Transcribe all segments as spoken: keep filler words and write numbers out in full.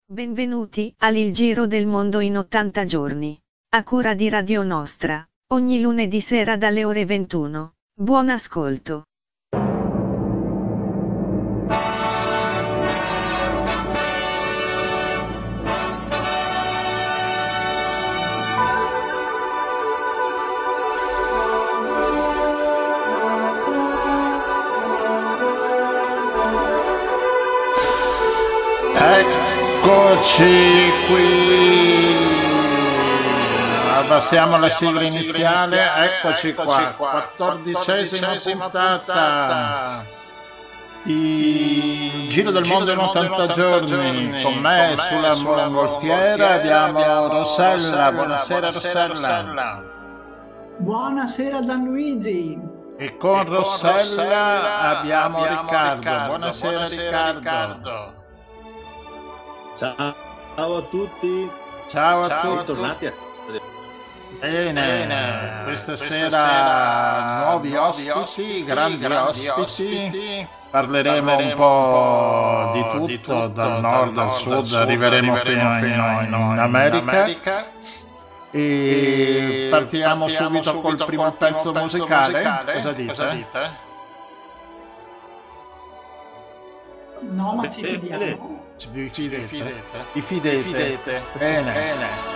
Benvenuti al Il Giro del Mondo in ottanta giorni. A cura di Radio Nostra, ogni lunedì sera dalle ore ventuno. Buon ascolto. Eccoci qui, abbassiamo la sigla iniziale, eccoci qua, quattordicesima puntata, il Giro del Mondo in ottanta giorni, con me sulla mongolfiera abbiamo Rossella, buonasera Rossella. Buonasera Gianluigi. E con Rossella abbiamo Riccardo, buonasera Riccardo. Ciao a tutti. Ciao a Ciao tutti. Bentornati a... Bene, Bene. Questa, questa sera, sera nuovi ospiti, ospiti grandi, grandi ospiti. ospiti. Parleremo, Parleremo un po' di tutto, di tutto dal nord dal sud, al sud arriveremo, arriveremo fino, fino in, in, in America. America. E, e partiamo, partiamo subito, subito col primo col pezzo, pezzo musicale. musicale. Cosa dite? Cosa dite? No, ma ci fidiamo. Vi fidete? Vi fidete? Vi fidete? Vi fidete? Bene. Bene.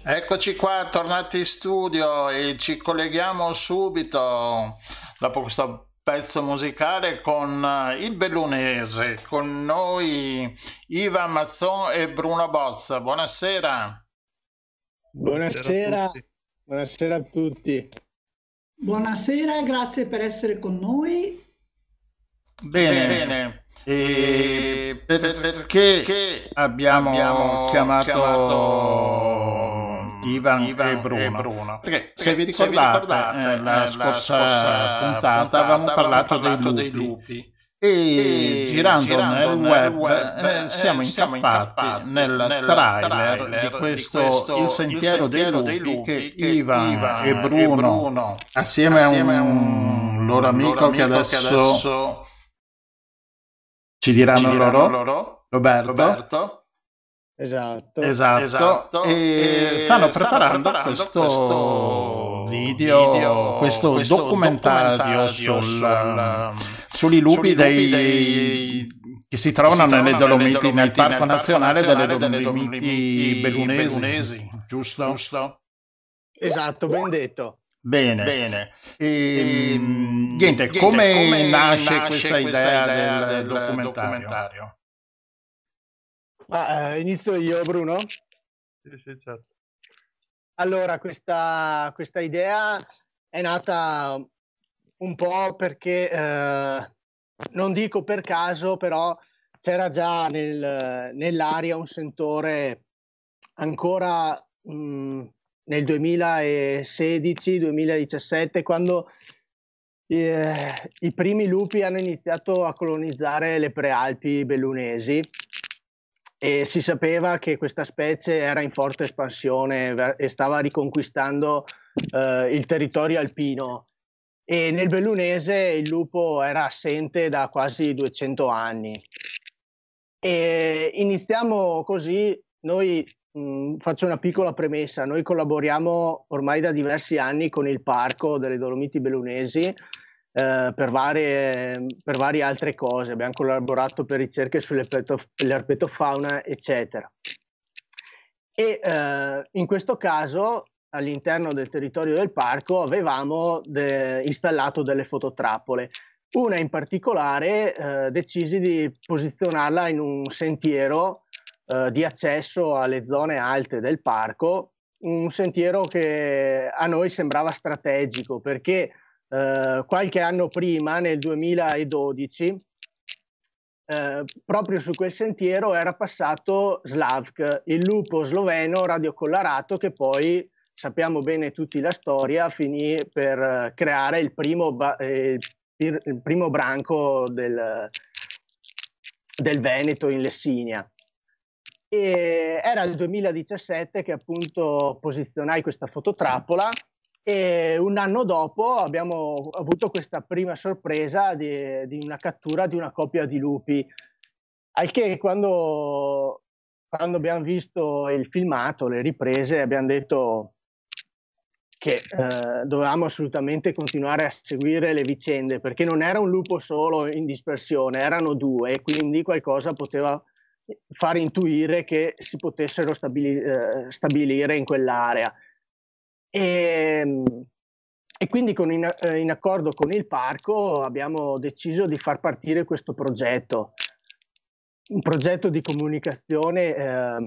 Eccoci qua, tornati in studio e ci colleghiamo subito dopo questo pezzo musicale con eh, il bellunese, con noi Ivan Mazzon e Bruno Bozza. Buonasera. Buonasera, buonasera a tutti. Buonasera, grazie per essere con noi. Bene, bene. E per- perché abbiamo, abbiamo chiamato, chiamato Ivan, Ivan e Bruno? e Bruno? Perché se Perché vi se vi ricordate, ricordate, eh, eh, la la scorsa, scorsa puntata puntata avevamo avevamo parlato, parlato dei dei lupi. lupi. E E girando, girando nel nel web, web, eh, eh, siamo siamo incappati incappati nel nel trailer, trailer di di questo, questo Il Il Sentiero, Sentiero dei dei Lupi, Lupi che che Ivan, Ivan e e Bruno, Bruno, assieme, assieme a a un un loro amico, loro che amico adesso, che adesso ci ci diranno diranno loro, loro, Roberto. Roberto. Esatto. Esatto, Esatto. e E stanno stanno preparando preparando questo questo video, video, questo questo documentario documentario sul, sul, um, sugli lupi, sugli lupi dei, dei che si che trovano si nelle trovano nelle Dolomiti, nel Dolomiti, Parco nel Parco Nazionale delle Nazionale delle Dolomiti Dolomiti Bellunesi, Bellunesi, giusto? giusto? Esatto, ben detto. Bene. Bene. E, E, mh, niente, niente, come, come nasce, nasce questa questa idea idea del, del documentario? documentario? Ma eh, inizio io, Bruno. Sì, sì, certo. Allora, questa, questa idea è nata un po' perché, eh, non dico per caso, però c'era già nel- nell'aria un sentore ancora mh, nel duemilasedici-duemiladiciassette, quando eh, i primi lupi hanno iniziato a colonizzare le prealpi bellunesi e si sapeva che questa specie era in forte espansione ver- e stava riconquistando eh, il territorio alpino. E nel bellunese il lupo era assente da quasi duecento anni. E iniziamo così, noi mh, faccio una piccola premessa, noi collaboriamo ormai da diversi anni con il Parco delle Dolomiti Bellunesi eh, per varie, per varie altre cose, abbiamo collaborato per ricerche sull'erpetofauna, eccetera. E eh, in questo caso all'interno del territorio del parco avevamo de- installato delle fototrappole. Una in particolare eh, decisi di posizionarla in un sentiero eh, di accesso alle zone alte del parco, un sentiero che a noi sembrava strategico perché eh, qualche anno prima, nel duemiladodici, eh, proprio su quel sentiero era passato Slavk, il lupo sloveno radiocollarato che poi, sappiamo bene tutti la storia, finì per eh, creare il primo, eh, il primo branco del, del Veneto in Lessinia. E era il duemiladiciassette che appunto posizionai questa fototrappola e un anno dopo abbiamo avuto questa prima sorpresa di, di una cattura di una coppia di lupi, al che quando, quando abbiamo visto il filmato, le riprese, abbiamo detto che eh, dovevamo assolutamente continuare a seguire le vicende, perché non era un lupo solo in dispersione, erano due, e quindi qualcosa poteva far intuire che si potessero stabili- eh, stabilire in quell'area. E, e quindi con in, eh, in accordo con il parco abbiamo deciso di far partire questo progetto, un progetto di comunicazione eh,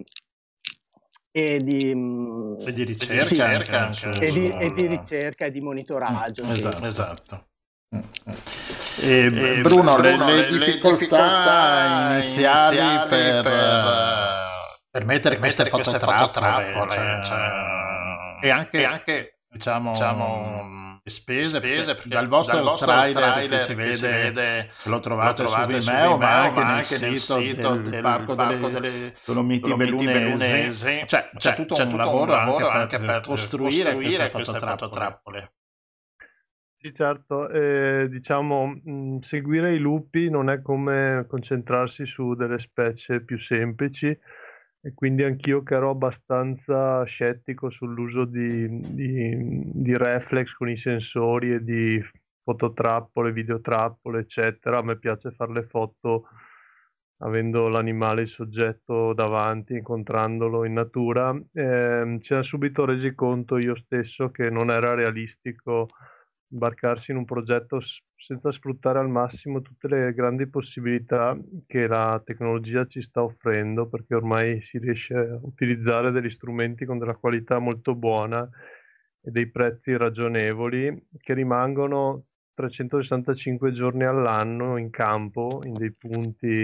e di, E di E ricerca, di ricerca anche, anche, su- e su- di, su- e di ricerca e di Mm, monitoraggio. Sì. esatto. Esatto. Mm, mm. E, b- E, Bruno, le, Bruno, le le, le difficoltà difficoltà iniziali iniziali per, per, eh, per mettere per queste mettere queste fototrappole, fototrappole, cioè, cioè, e anche, e anche diciamo, diciamo le spese, spese, perché perché dal vostro dal vostro trailer, che trailer si che si vede, vede, che lo lo trovate su trovate su Vimeo, ma Vimeo, anche ma nel anche nel sito sito del del Parco Parco delle delle Dolomiti Dolomiti Bellunesi, Bellunesi. cioè c'è Cioè, tutto c'è un tutto un lavoro anche lavoro per anche per costruire queste costruire queste fototrappole. fototrappole. Sì, certo, eh, diciamo, mh, seguire i lupi non è come concentrarsi su delle specie più semplici e quindi anch'io che ero abbastanza scettico sull'uso di, di, di reflex con i sensori e di fototrappole, videotrappole, eccetera. A me piace fare le foto avendo l'animale, il soggetto davanti, incontrandolo in natura, ehm, ci siamo subito resi conto io stesso che non era realistico imbarcarsi in un progetto s- senza sfruttare al massimo tutte le grandi possibilità che la tecnologia ci sta offrendo, perché ormai si riesce a utilizzare degli strumenti con della qualità molto buona e dei prezzi ragionevoli che rimangono trecentosessantacinque giorni all'anno in campo, in dei punti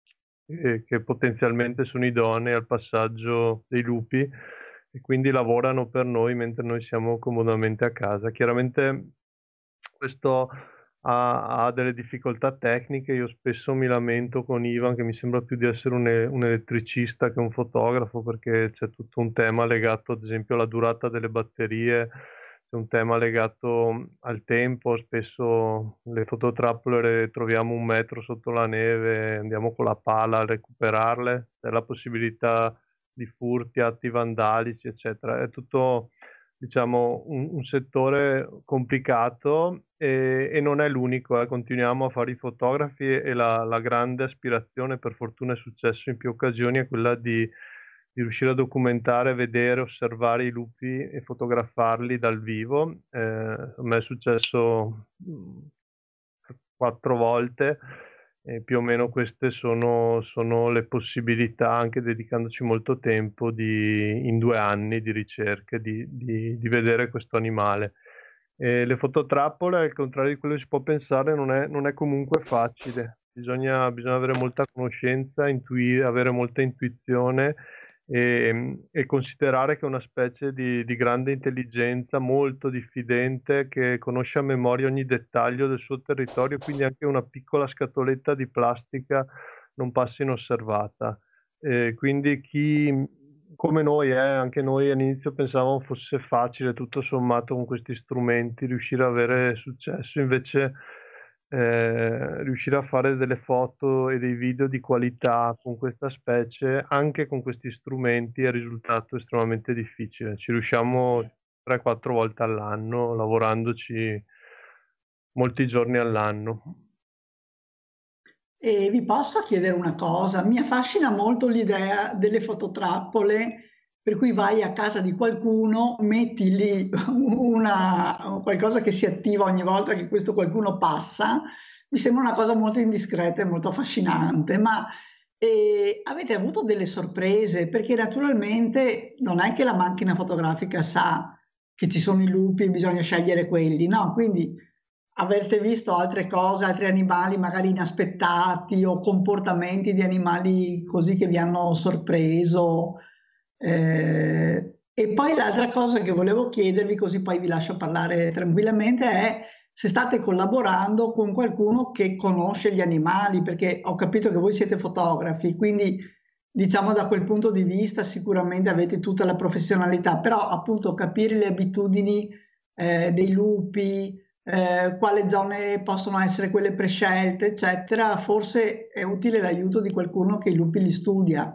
eh, che potenzialmente sono idonei al passaggio dei lupi e quindi lavorano per noi mentre noi siamo comodamente a casa. Chiaramente questo ha, ha delle difficoltà tecniche, io spesso mi lamento con Ivan che mi sembra più di essere un, e- un elettricista che un fotografo perché c'è tutto un tema legato ad esempio alla durata delle batterie, c'è un tema legato al tempo, spesso le fototrappole le troviamo un metro sotto la neve, andiamo con la pala a recuperarle, c'è la possibilità di furti, atti vandalici, eccetera. È tutto, diciamo, un, un settore complicato e, e non è l'unico, eh. Continuiamo a fare i fotografi e la, la grande aspirazione, per fortuna è successo in più occasioni, è quella di di riuscire a documentare, vedere, osservare i lupi e fotografarli dal vivo. Eh, a me è successo mh, quattro volte e più o meno queste sono, sono le possibilità, anche dedicandoci molto tempo di, in due anni di ricerche, di, di- di vedere questo animale. E le fototrappole, al contrario di quello che si può pensare, non è, non è comunque facile. Bisogna, bisogna avere molta conoscenza, intuire, avere molta intuizione e, e considerare che è una specie di, di grande intelligenza, molto diffidente, che conosce a memoria ogni dettaglio del suo territorio, quindi anche una piccola scatoletta di plastica non passa inosservata. Eh, quindi chi, come noi, eh, anche noi all'inizio pensavamo fosse facile tutto sommato con questi strumenti riuscire ad avere successo, invece eh, riuscire a fare delle foto e dei video di qualità con questa specie, anche con questi strumenti, è risultato estremamente difficile. Ci riusciamo tre quattro volte all'anno, lavorandoci molti giorni all'anno. E vi posso chiedere una cosa? Mi affascina molto l'idea delle fototrappole, per cui vai a casa di qualcuno, metti lì una, qualcosa che si attiva ogni volta che questo qualcuno passa. Mi sembra una cosa molto indiscreta e molto affascinante, ma eh, avete avuto delle sorprese? Perché naturalmente non è che la macchina fotografica sa che ci sono i lupi e bisogna scegliere quelli, no? Quindi avete visto altre cose, altri animali magari inaspettati o comportamenti di animali così che vi hanno sorpreso. Eh, e poi l'altra cosa che volevo chiedervi, così poi vi lascio parlare tranquillamente, è se state collaborando con qualcuno che conosce gli animali, perché ho capito che voi siete fotografi, quindi diciamo da quel punto di vista sicuramente avete tutta la professionalità, però appunto capire le abitudini eh, dei lupi, eh, quali zone possono essere quelle prescelte, eccetera, forse è utile l'aiuto di qualcuno che i lupi li studia.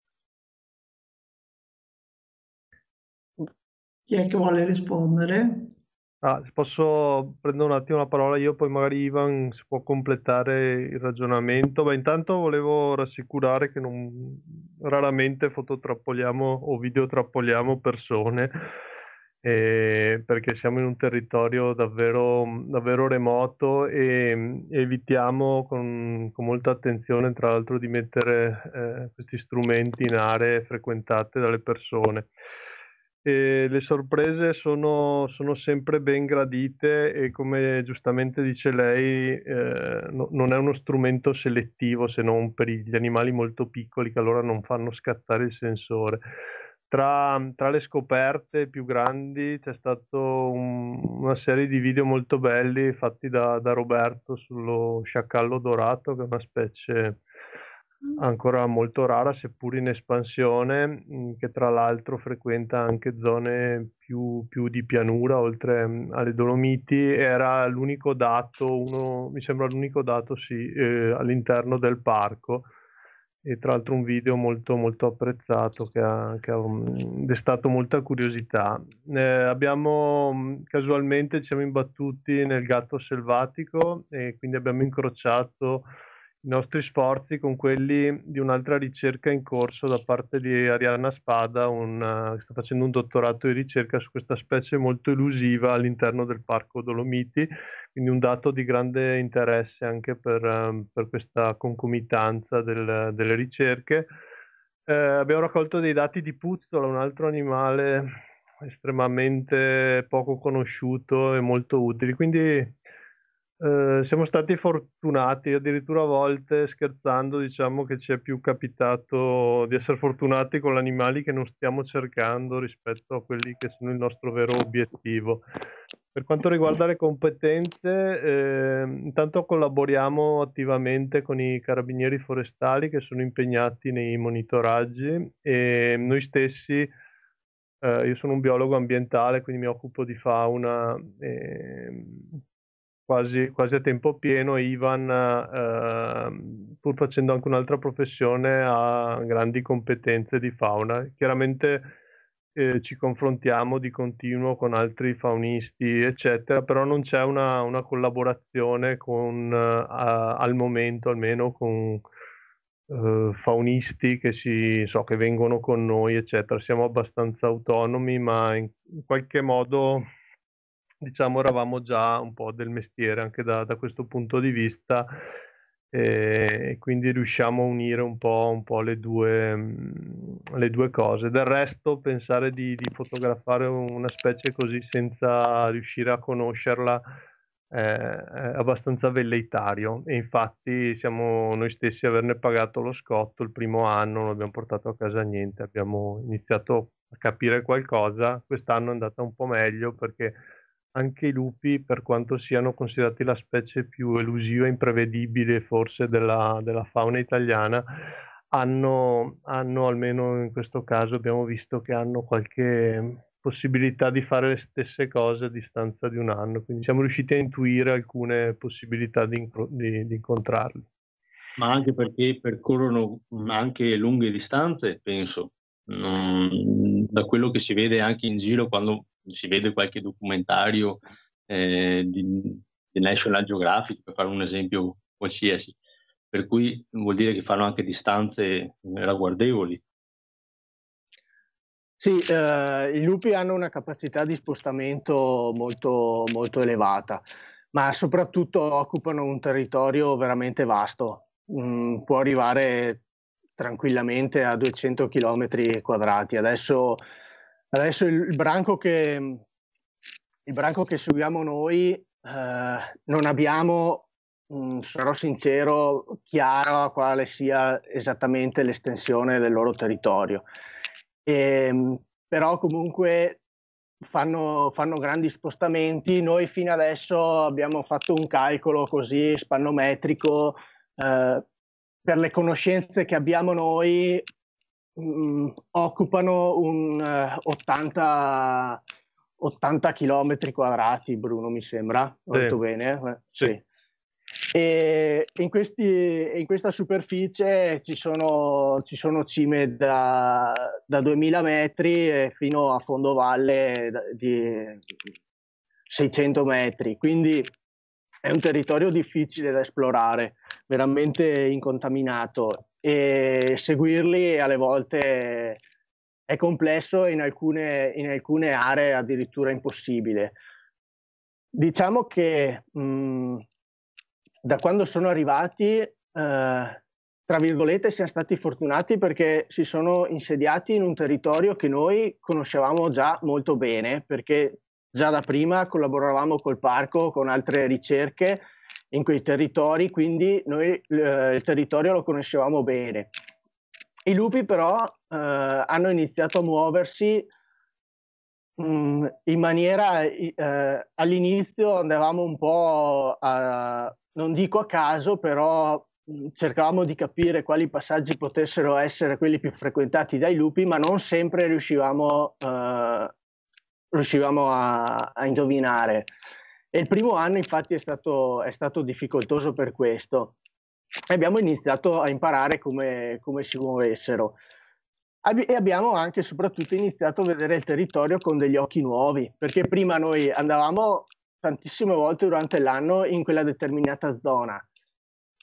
Chi è che vuole rispondere? Ah, se posso prendere un attimo la parola io, poi magari Ivan si può completare il ragionamento. Beh, intanto volevo rassicurare che non, raramente fototrappoliamo o videotrappoliamo persone, eh, perché siamo in un territorio davvero, davvero remoto e evitiamo con, con molta attenzione, tra l'altro, di mettere eh, questi strumenti in aree frequentate dalle persone. E le sorprese sono, sono sempre ben gradite e come giustamente dice lei, eh, no- non è uno strumento selettivo se non per gli animali molto piccoli che allora non fanno scattare il sensore. Tra, tra le scoperte più grandi c'è stata una serie di video molto belli fatti da, da Roberto sullo sciacallo dorato, che è una specie ancora molto rara, seppur in espansione, mh, che tra l'altro frequenta anche zone più, più di pianura, oltre mh, alle Dolomiti. Era l'unico dato, uno, mi sembra l'unico dato, sì, eh, all'interno del parco. E tra l'altro un video molto, molto apprezzato che ha, che ha, mh, destato molta curiosità. Eh, abbiamo mh, casualmente ci siamo imbattuti nel gatto selvatico e quindi abbiamo incrociato i nostri sforzi con quelli di un'altra ricerca in corso da parte di Arianna Spada, un, uh, che sta facendo un dottorato di ricerca su questa specie molto elusiva all'interno del Parco Dolomiti, quindi un dato di grande interesse anche per, um, per questa concomitanza del, delle ricerche. Eh, abbiamo raccolto dei dati di puzzola, un altro animale estremamente poco conosciuto e molto utili, quindi eh, siamo stati fortunati, addirittura a volte scherzando diciamo che ci è più capitato di essere fortunati con gli animali che non stiamo cercando rispetto a quelli che sono il nostro vero obiettivo. Per quanto riguarda le competenze, eh, intanto collaboriamo attivamente con i carabinieri forestali che sono impegnati nei monitoraggi e noi stessi, eh, io sono un biologo ambientale, quindi mi occupo di fauna eh, quasi, quasi a tempo pieno. Ivan, eh, pur facendo anche un'altra professione, ha grandi competenze di fauna. Chiaramente eh, ci confrontiamo di continuo con altri faunisti, eccetera, però non c'è una, una collaborazione con, eh, a- al momento almeno con eh, faunisti che, si, so, che vengono con noi, eccetera. Siamo abbastanza autonomi, ma in, in qualche modo, diciamo, eravamo già un po' del mestiere anche da, da questo punto di vista e quindi riusciamo a unire un po', un po' le due, mh, le due cose. Del resto, pensare di, di fotografare una specie così senza riuscire a conoscerla eh, è abbastanza velleitario e infatti siamo noi stessi a averne pagato lo scotto il primo anno, non abbiamo portato a casa niente, abbiamo iniziato a capire qualcosa. Quest'anno è andata un po' meglio perché anche i lupi, per quanto siano considerati la specie più elusiva e imprevedibile forse della, della fauna italiana, hanno, hanno, almeno in questo caso abbiamo visto che hanno qualche possibilità di fare le stesse cose a distanza di un anno, quindi siamo riusciti a intuire alcune possibilità di, incro- di, di incontrarli. Ma anche perché percorrono anche lunghe distanze, penso. Mm, da quello che si vede anche in giro quando si vede qualche documentario eh, di, di National Geographic, per fare un esempio qualsiasi, per cui vuol dire che fanno anche distanze ragguardevoli. Sì, eh, i lupi hanno una capacità di spostamento molto, molto elevata, ma soprattutto occupano un territorio veramente vasto. Mm, può arrivare tranquillamente a duecento chilometri quadrati. Adesso, adesso il, il branco che, il branco che seguiamo noi eh, non abbiamo, mh, sarò sincero, chiaro quale sia esattamente l'estensione del loro territorio. E, però comunque fanno, fanno grandi spostamenti. Noi fino adesso abbiamo fatto un calcolo così spannometrico eh, per le conoscenze che abbiamo noi mh, occupano un uh, ottanta, ottanta chilometri quadrati, Bruno, mi sembra. Ho detto Sì. bene? Eh, Sì. sì. E in, questi, in questa superficie ci sono, ci sono cime da, da duemila metri fino a fondovalle di seicento metri, quindi è un territorio difficile da esplorare, veramente incontaminato, e seguirli alle volte è complesso e in alcune, in alcune aree addirittura impossibile. Diciamo che mh, da quando sono arrivati, eh, tra virgolette, siamo stati fortunati perché si sono insediati in un territorio che noi conoscevamo già molto bene, perché già da prima collaboravamo col parco con altre ricerche in quei territori, quindi noi eh, il territorio lo conoscevamo bene. I lupi però eh, hanno iniziato a muoversi mh, in maniera, eh, all'inizio andavamo un po' a, non dico a caso, però mh, cercavamo di capire quali passaggi potessero essere quelli più frequentati dai lupi, ma non sempre riuscivamo, eh, riuscivamo a, a indovinare. E il primo anno infatti è stato, è stato difficoltoso per questo. Abbiamo iniziato a imparare come, come si muovessero e abbiamo anche soprattutto iniziato a vedere il territorio con degli occhi nuovi, perché prima noi andavamo tantissime volte durante l'anno in quella determinata zona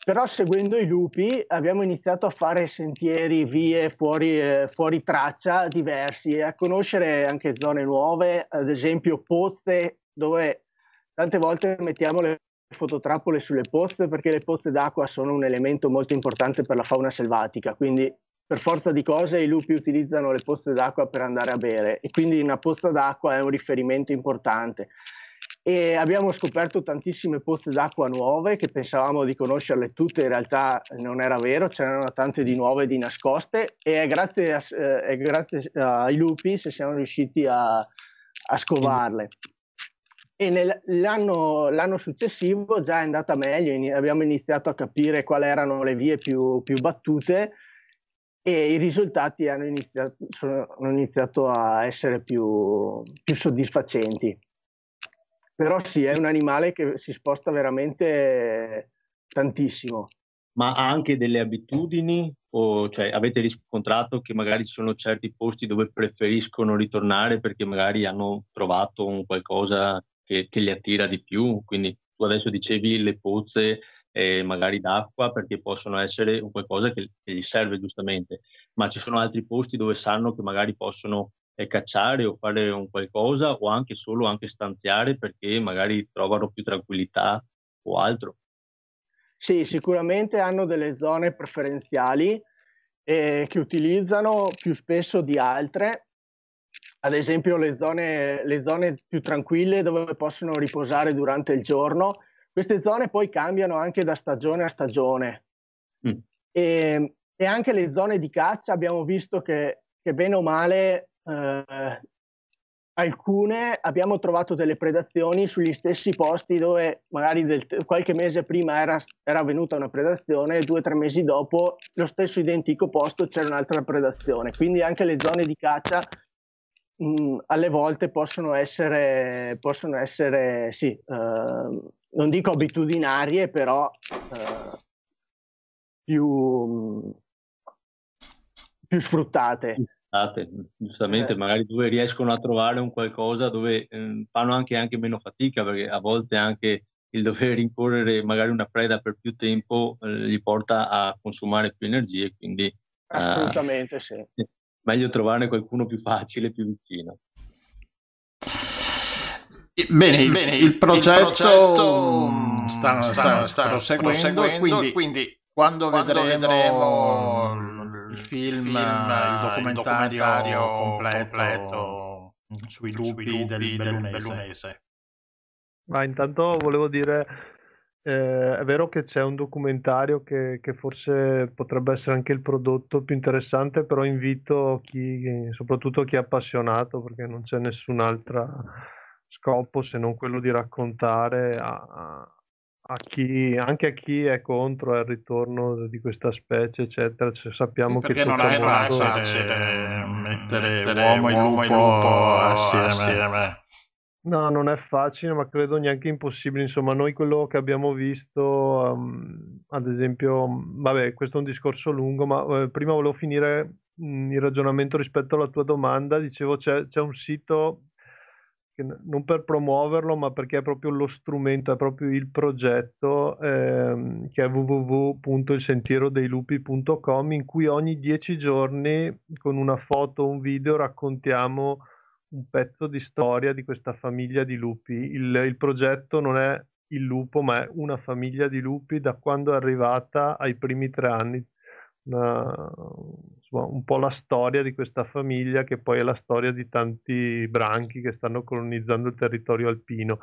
però seguendo i lupi abbiamo iniziato a fare sentieri, vie fuori, eh, fuori traccia diversi e a conoscere anche zone nuove, ad esempio pozze, dove tante volte mettiamo le fototrappole sulle pozze perché le pozze d'acqua sono un elemento molto importante per la fauna selvatica, quindi per forza di cose i lupi utilizzano le pozze d'acqua per andare a bere e quindi una pozza d'acqua è un riferimento importante. E abbiamo scoperto tantissime pozze d'acqua nuove che pensavamo di conoscerle tutte, in realtà non era vero, c'erano tante di nuove di nascoste e è grazie, a, eh, è grazie ai lupi se siamo riusciti a, a scovarle. E nel, l'anno, l'anno successivo già è andata meglio, in, abbiamo iniziato a capire quali erano le vie più, più battute e i risultati hanno iniziato, sono, hanno iniziato a essere più, più soddisfacenti. Però sì, è un animale che si sposta veramente tantissimo. Ma ha anche delle abitudini? O cioè, avete riscontrato che magari ci sono certi posti dove preferiscono ritornare perché magari hanno trovato un qualcosa che, che li attira di più? Quindi tu adesso dicevi le pozze eh, magari d'acqua perché possono essere un qualcosa che, che gli serve giustamente, ma ci sono altri posti dove sanno che magari possono eh, cacciare o fare un qualcosa o anche solo anche stanziare perché magari trovano più tranquillità o altro? Sì, sicuramente hanno delle zone preferenziali eh, che utilizzano più spesso di altre, ad esempio le zone, le zone più tranquille dove possono riposare durante il giorno. Queste zone poi cambiano anche da stagione a stagione. Mm. E, e anche le zone di caccia abbiamo visto che, che bene o male eh, alcune abbiamo trovato delle predazioni sugli stessi posti dove magari del, qualche mese prima era, era avvenuta una predazione e due o tre mesi dopo lo stesso identico posto c'era un'altra predazione. Quindi anche le zone di caccia mh, alle volte possono essere, possono essere sì, eh, non dico abitudinarie, però eh, più, più sfruttate. Giustamente, eh. magari dove riescono a trovare un qualcosa dove eh, fanno anche, anche meno fatica, perché a volte anche il dover rincorrere magari una preda per più tempo eh, gli porta a consumare più energie, quindi assolutamente eh, sì. Meglio trovare qualcuno più facile, più vicino. Bene, il, Bene, il progetto, il progetto sta, sta, sta, sta proseguendo, proseguendo quindi, quindi quando, quando vedremo, vedremo il film, film il, documentario il documentario completo, completo sui lupi, sui lupi del, del bellunese. bellunese. Ma intanto volevo dire, eh, è vero che c'è un documentario che, che forse potrebbe essere anche il prodotto più interessante, però invito chi, soprattutto chi è appassionato, perché non c'è nessun'altra scopo se non quello di raccontare a, a chi, anche a chi è contro il ritorno di questa specie, eccetera. Cioè, sappiamo perché che non è facile, facile mettere, mettere uomo e lupo, lupo assieme. assieme. No, non è facile, ma credo neanche impossibile. Insomma, noi quello che abbiamo visto, um, ad esempio, vabbè, questo è un discorso lungo, ma eh, prima volevo finire mh, il ragionamento rispetto alla tua domanda. Dicevo, c'è, c'è un sito che non per promuoverlo, ma perché è proprio lo strumento, è proprio il progetto, ehm, che è w w w punto il sentiero dei lupi punto com, in cui ogni dieci giorni, con una foto, un video, raccontiamo un pezzo di storia di questa famiglia di lupi. Il, il progetto non è il lupo, ma è una famiglia di lupi da quando è arrivata ai primi tre anni. Una, insomma, un po' la storia di questa famiglia, che poi è la storia di tanti branchi che stanno colonizzando il territorio alpino.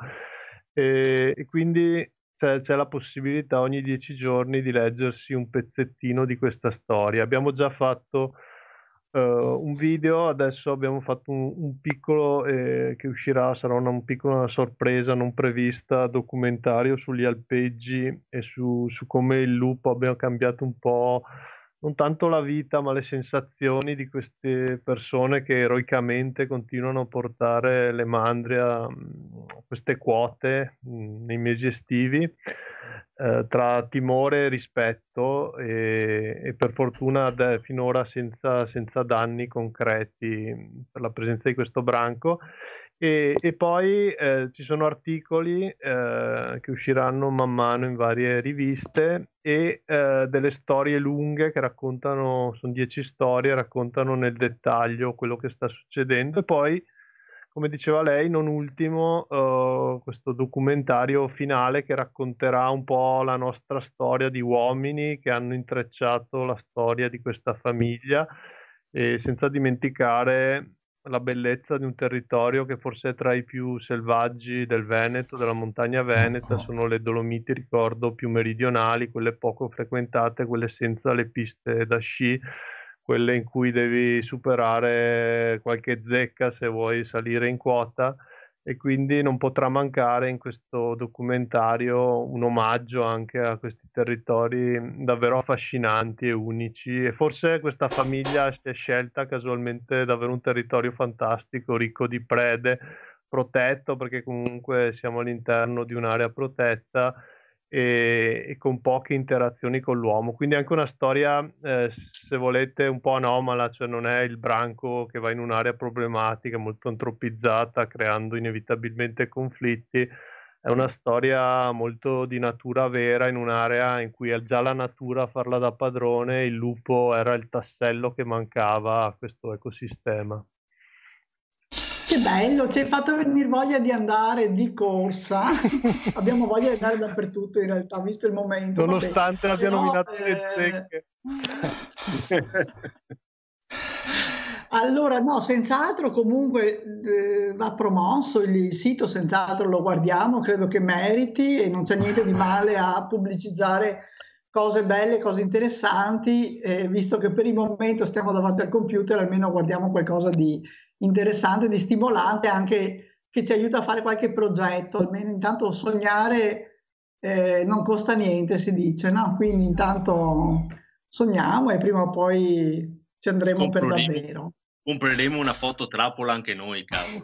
E, e quindi c'è, c'è la possibilità ogni dieci giorni di leggersi un pezzettino di questa storia. Abbiamo già fatto uh, un video, adesso abbiamo fatto un, un piccolo, eh, che uscirà, sarà una un piccola sorpresa non prevista, documentario sugli alpeggi e su, su come il lupo abbia cambiato un po', non tanto la vita, ma le sensazioni di queste persone che eroicamente continuano a portare le mandrie a, a queste quote mh, nei mesi estivi, eh, tra timore e rispetto, e, e per fortuna de, finora senza, senza danni concreti per la presenza di questo branco. E, e poi eh, ci sono articoli eh, che usciranno man mano in varie riviste e eh, delle storie lunghe che raccontano, sono dieci storie, raccontano nel dettaglio quello che sta succedendo. E poi, come diceva lei, non ultimo, eh, questo documentario finale che racconterà un po' la nostra storia di uomini che hanno intrecciato la storia di questa famiglia, e senza dimenticare la bellezza di un territorio che forse è tra i più selvaggi del Veneto, della montagna veneta. Sono le Dolomiti, ricordo, più meridionali, quelle poco frequentate, quelle senza le piste da sci, quelle in cui devi superare qualche zecca se vuoi salire in quota, e quindi non potrà mancare in questo documentario un omaggio anche a questi territori davvero affascinanti e unici. E forse questa famiglia si è scelta casualmente davvero un territorio fantastico, ricco di prede, protetto, perché comunque siamo all'interno di un'area protetta, e, e con poche interazioni con l'uomo. Quindi anche una storia, eh, se volete, un po' anomala, cioè non è il branco che va in un'area problematica, molto antropizzata, creando inevitabilmente conflitti. È una storia molto di natura vera, in un'area in cui è già la natura a farla da padrone, il lupo era il tassello che mancava a questo ecosistema. Che bello, ci hai fatto venire voglia di andare di corsa. Abbiamo voglia di andare dappertutto in realtà, visto il momento. Nonostante abbia Però, nominato le eh, zecche. Allora, no, senz'altro comunque eh, va promosso il sito, senz'altro lo guardiamo, credo che meriti e non c'è niente di male a pubblicizzare cose belle, cose interessanti, eh, visto che per il momento stiamo davanti al computer, almeno guardiamo qualcosa di interessante, di stimolante, anche che ci aiuta a fare qualche progetto, almeno intanto sognare eh, non costa niente, si dice, no? Quindi intanto sogniamo e prima o poi ci andremo per davvero. Compreremo una fototrappola anche noi, cavolo.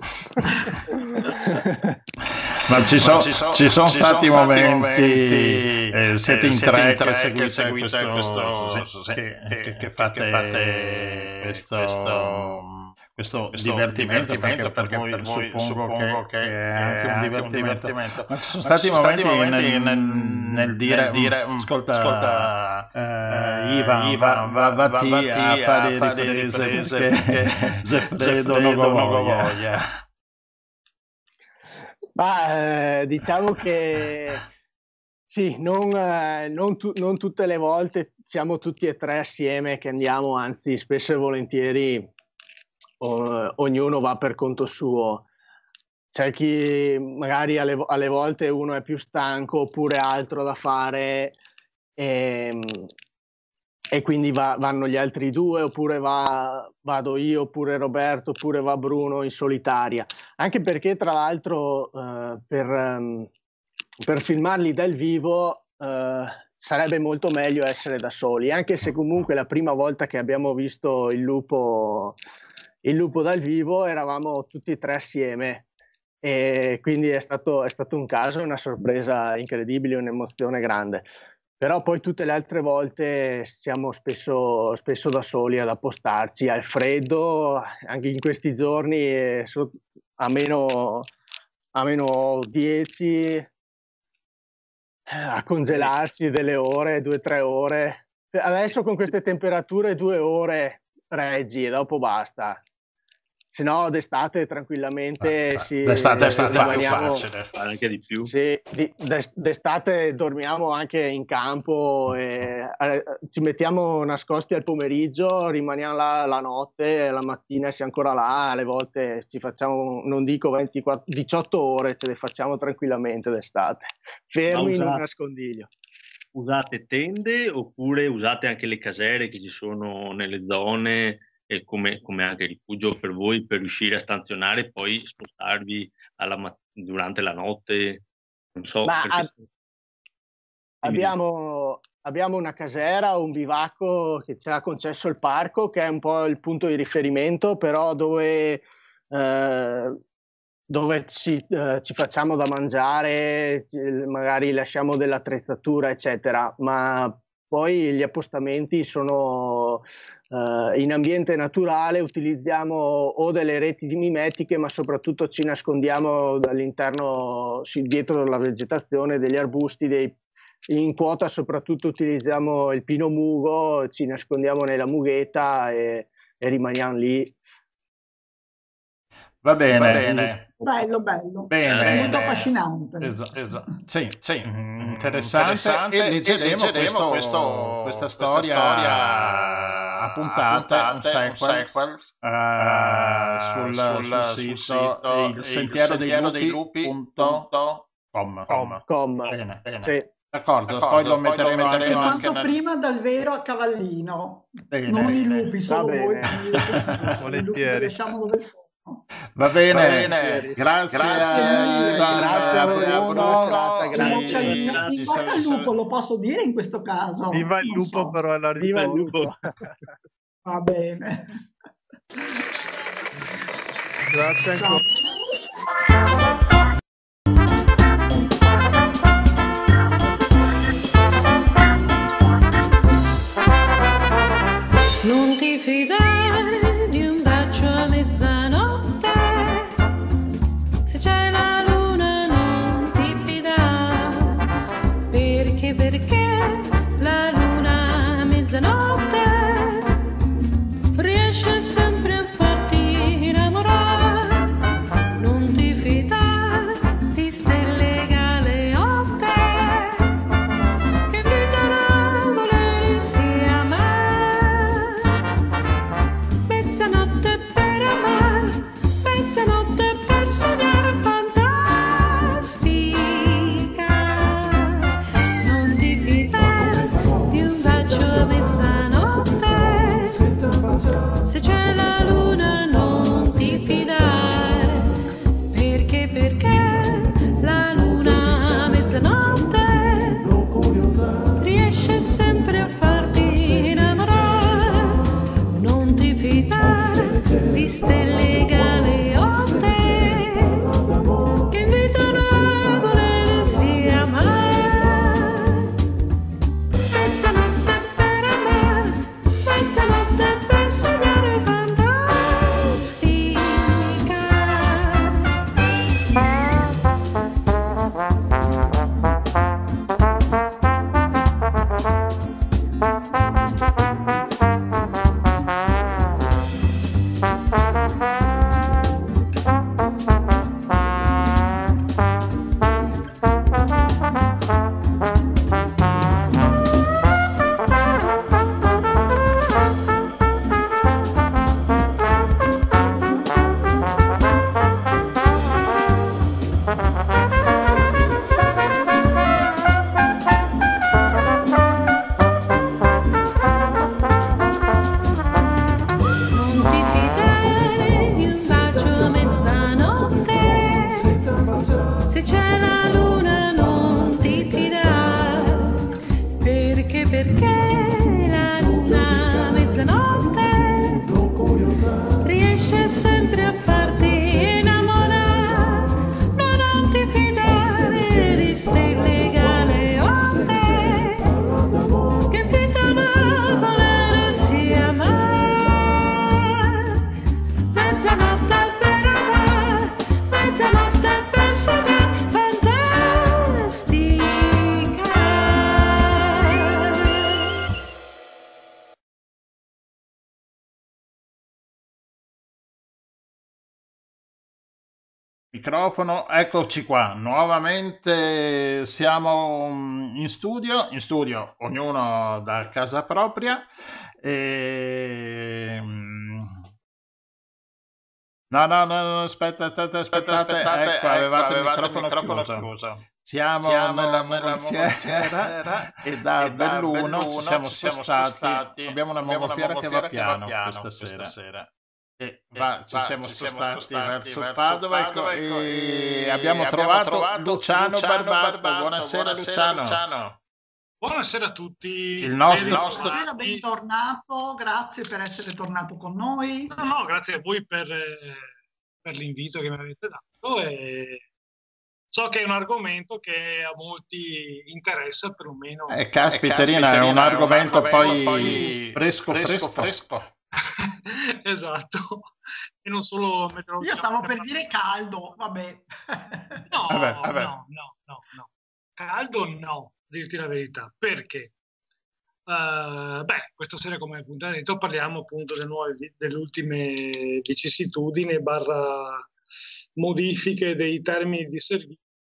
Ma ci sono ci so, ci son ci stati son momenti, momenti, eh, siete eh, in siete tre in tre che che seguite seguite questo, questo- se- che, che- che- che che fate, fate questo, questo- questo questo divertimento, divertimento, perché, perché per voi poi suppongo, suppongo che, che che è è anche un anche un divertimento. divertimento. Ma ci sono Ma stati ci sono momenti, stati momenti nel, nel- nel dire, nel dire, "Mm, "Mm, ascolta, ascolta, eh, eh, Ivan, Ivan, va, va, va- vatti vatti a fare a fare riprese, riprese perché perché Zeffredo non Zeffredo ho non ho voglia." voglia. Ma eh, diciamo che sì, non, eh, non tu- non tutte le volte siamo tutti e tre assieme che andiamo, anzi spesso e volentieri o- ognuno va per conto suo. C'è chi magari alle, vo- alle volte uno è più stanco oppure ha altro da fare e, e quindi va- vanno gli altri due, oppure va- vado io, oppure Roberto, oppure va Bruno in solitaria. Anche perché, tra l'altro, eh, per, ehm, per filmarli dal vivo eh, sarebbe molto meglio essere da soli, anche se comunque la prima volta che abbiamo visto il lupo, il lupo dal vivo eravamo tutti e tre assieme. E quindi è stato, è stato un caso, una sorpresa incredibile, un'emozione grande. Però poi tutte le altre volte siamo spesso, spesso da soli ad appostarci al freddo, anche in questi giorni eh, so- a meno, a meno dieci, eh, a congelarsi delle ore, due o tre ore. Adesso con queste temperature due ore reggi e dopo basta. Se no d'estate tranquillamente Ah, si, d'estate- d'estate è più rimaniamo- facile. Anche di più. sì, di- d'est- d'estate dormiamo anche in campo, e, eh, ci mettiamo nascosti al pomeriggio, rimaniamo là la notte, la mattina siamo ancora là, alle volte ci facciamo, non dico ventiquattro, diciotto ore ce le facciamo tranquillamente d'estate, fermi in Ma un usa- nascondiglio. Usate tende oppure usate anche le casere che ci sono nelle zone e come, come anche rifugio per voi per riuscire a stazionare e poi spostarvi alla mat- durante la notte? Non so, Ma perché ab- so- Abbiamo, abbiamo una casera, un bivacco che ci ha concesso il parco, che è un po' il punto di riferimento, però dove, eh, dove ci, eh, ci facciamo da mangiare, ci- magari lasciamo dell'attrezzatura, eccetera, ma poi gli appostamenti sono Uh, in ambiente naturale utilizziamo o delle reti mimetiche, ma soprattutto ci nascondiamo all'interno, sì, dietro la vegetazione degli arbusti. Dei, in quota soprattutto utilizziamo il pino mugo, ci nascondiamo nella mugheta e, e rimaniamo lì. Va bene, va bene. Bello, bello. Bene, è molto bene. affascinante. Esatto, esatto. Sì, sì, interessante. interessante. E leggeremo, e leggeremo questo, questo, questa storia, questa storia a puntate, un sequel, un sequel uh, sul, sul, sul, sul sito il sentiero dei gruppi punto com. Com. Com. Bene, bene. Sì. D'accordo, poi lo metteremo anche, anche, quanto anche prima dal vero a cavallino. Bene, non bene. I lupi, solo voi. I lupi li lasciamo dove sono. Va bene, Va bene. grazie, grazie a Ivan, grazie a Bruno, grazie. In bocca al lupo, lo posso dire in questo caso? Viva il lupo, so. Però è la Viva il lupo. Va bene. Grazie Ciao. ancora. Non ti fidare di un bacio a mezzanotte, se c'è la luna non ti fidare, perché perché la luna a mezzanotte riesce sempre a farti innamorare. Non ti fidare di stelle galeotte che invitano a volersi amare. Mezzanotte per amare, mezzanotte per sognare fantastica. Non ti fidare di un bacio a mezzanotte, se c'è la luna non ti fidare, perché perché la luna a mezzanotte riesce sempre a farti innamorare. Non ti fidare di stelle galeotte che invitano a volersi amare. Mezzanotte per amare, mezzanotte per sognare fantastica. Non ti fidare di un bacio a mezzanotte, se c'è la luna non ti fidare, perché perché la luna a mezzanotte riesce sempre a farti innamorare. No, non ti fidare di stelle galeotte che invitano a volersi amare. Mezzanotte per amare, mezzanotte per sognare fantastica. Microfono, eccoci qua, nuovamente siamo mm, in studio, in studio ognuno da casa propria. E... mm, No, no, no, no, aspetta, aspetta, aspetta, aspetta, ecco, avevate il microfono chiuso. Siamo, Siamo nella nella mongolfiera e da e da Belluno Belluno ci siamo ci siamo spostati. spostati. Abbiamo una Abbiamo una mongolfiera che va mongolfiera piano che va piano questa questa sera. sera. E E va, ci va, siamo ci siamo spostati spostati verso verso Padova, ecco, Padova, ecco, e e abbiamo abbiamo trovato trovato Luciano Luciano Barbato. Barbato. Buonasera, Buonasera, Luciano. Luciano. Buonasera a tutti. Il nostro- Ben nostro- Buonasera, ritrovati. bentornato, grazie per essere tornato con noi. No, no, grazie a voi per, eh, per l'invito che mi avete dato e so che è un argomento che a molti interessa, perlomeno. Eh, caspiterina, è un argomento poi fresco, fresco, fresco. Esatto, e non solo Io meteorologia. stavo per dire caldo, vabbè. No, Vabbè, vabbè. no, no, no, no. Caldo no, dirti la verità. Perché? Uh, beh, questa sera, come appunto hai detto, parliamo appunto delle, nuove, delle ultime vicissitudini barra modifiche dei termini di servizio.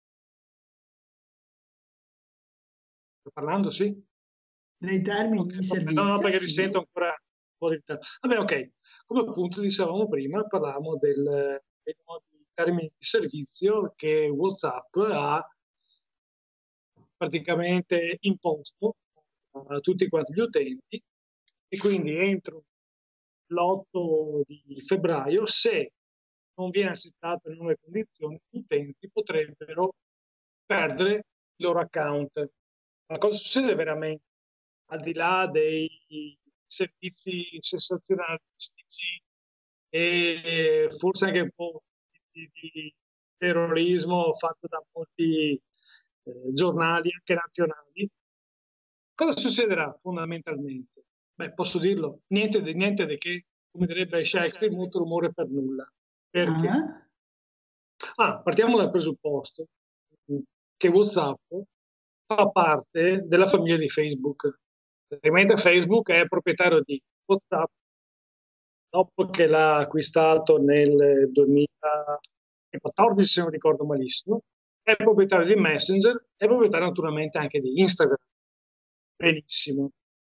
Sto parlando, sì? Nei termini di servizio. No, no, perché sì. li sento ancora un po' di tempo. Vabbè, ok. Come appunto dicevamo prima, parlavamo del, dei nuovi termini di servizio che WhatsApp ha praticamente imposto a tutti quanti gli utenti, e quindi entro l'otto di febbraio, se non viene accettato le nuove condizioni, gli utenti potrebbero perdere il loro account. Ma cosa succede veramente? Al di là dei servizi sensazionalistici e forse anche un po' di, di terrorismo fatto da molti eh, giornali anche nazionali, cosa succederà fondamentalmente? Beh, posso dirlo, niente di niente di che, come direbbe Shakespeare, molto rumore per nulla. Perché? Ah. Ah, partiamo dal presupposto che WhatsApp fa parte della famiglia di Facebook. Praticamente Facebook è proprietario di WhatsApp dopo che l'ha acquistato nel duemilaquattordici, se non ricordo malissimo, è proprietario di Messenger, è proprietario naturalmente anche di Instagram. Benissimo.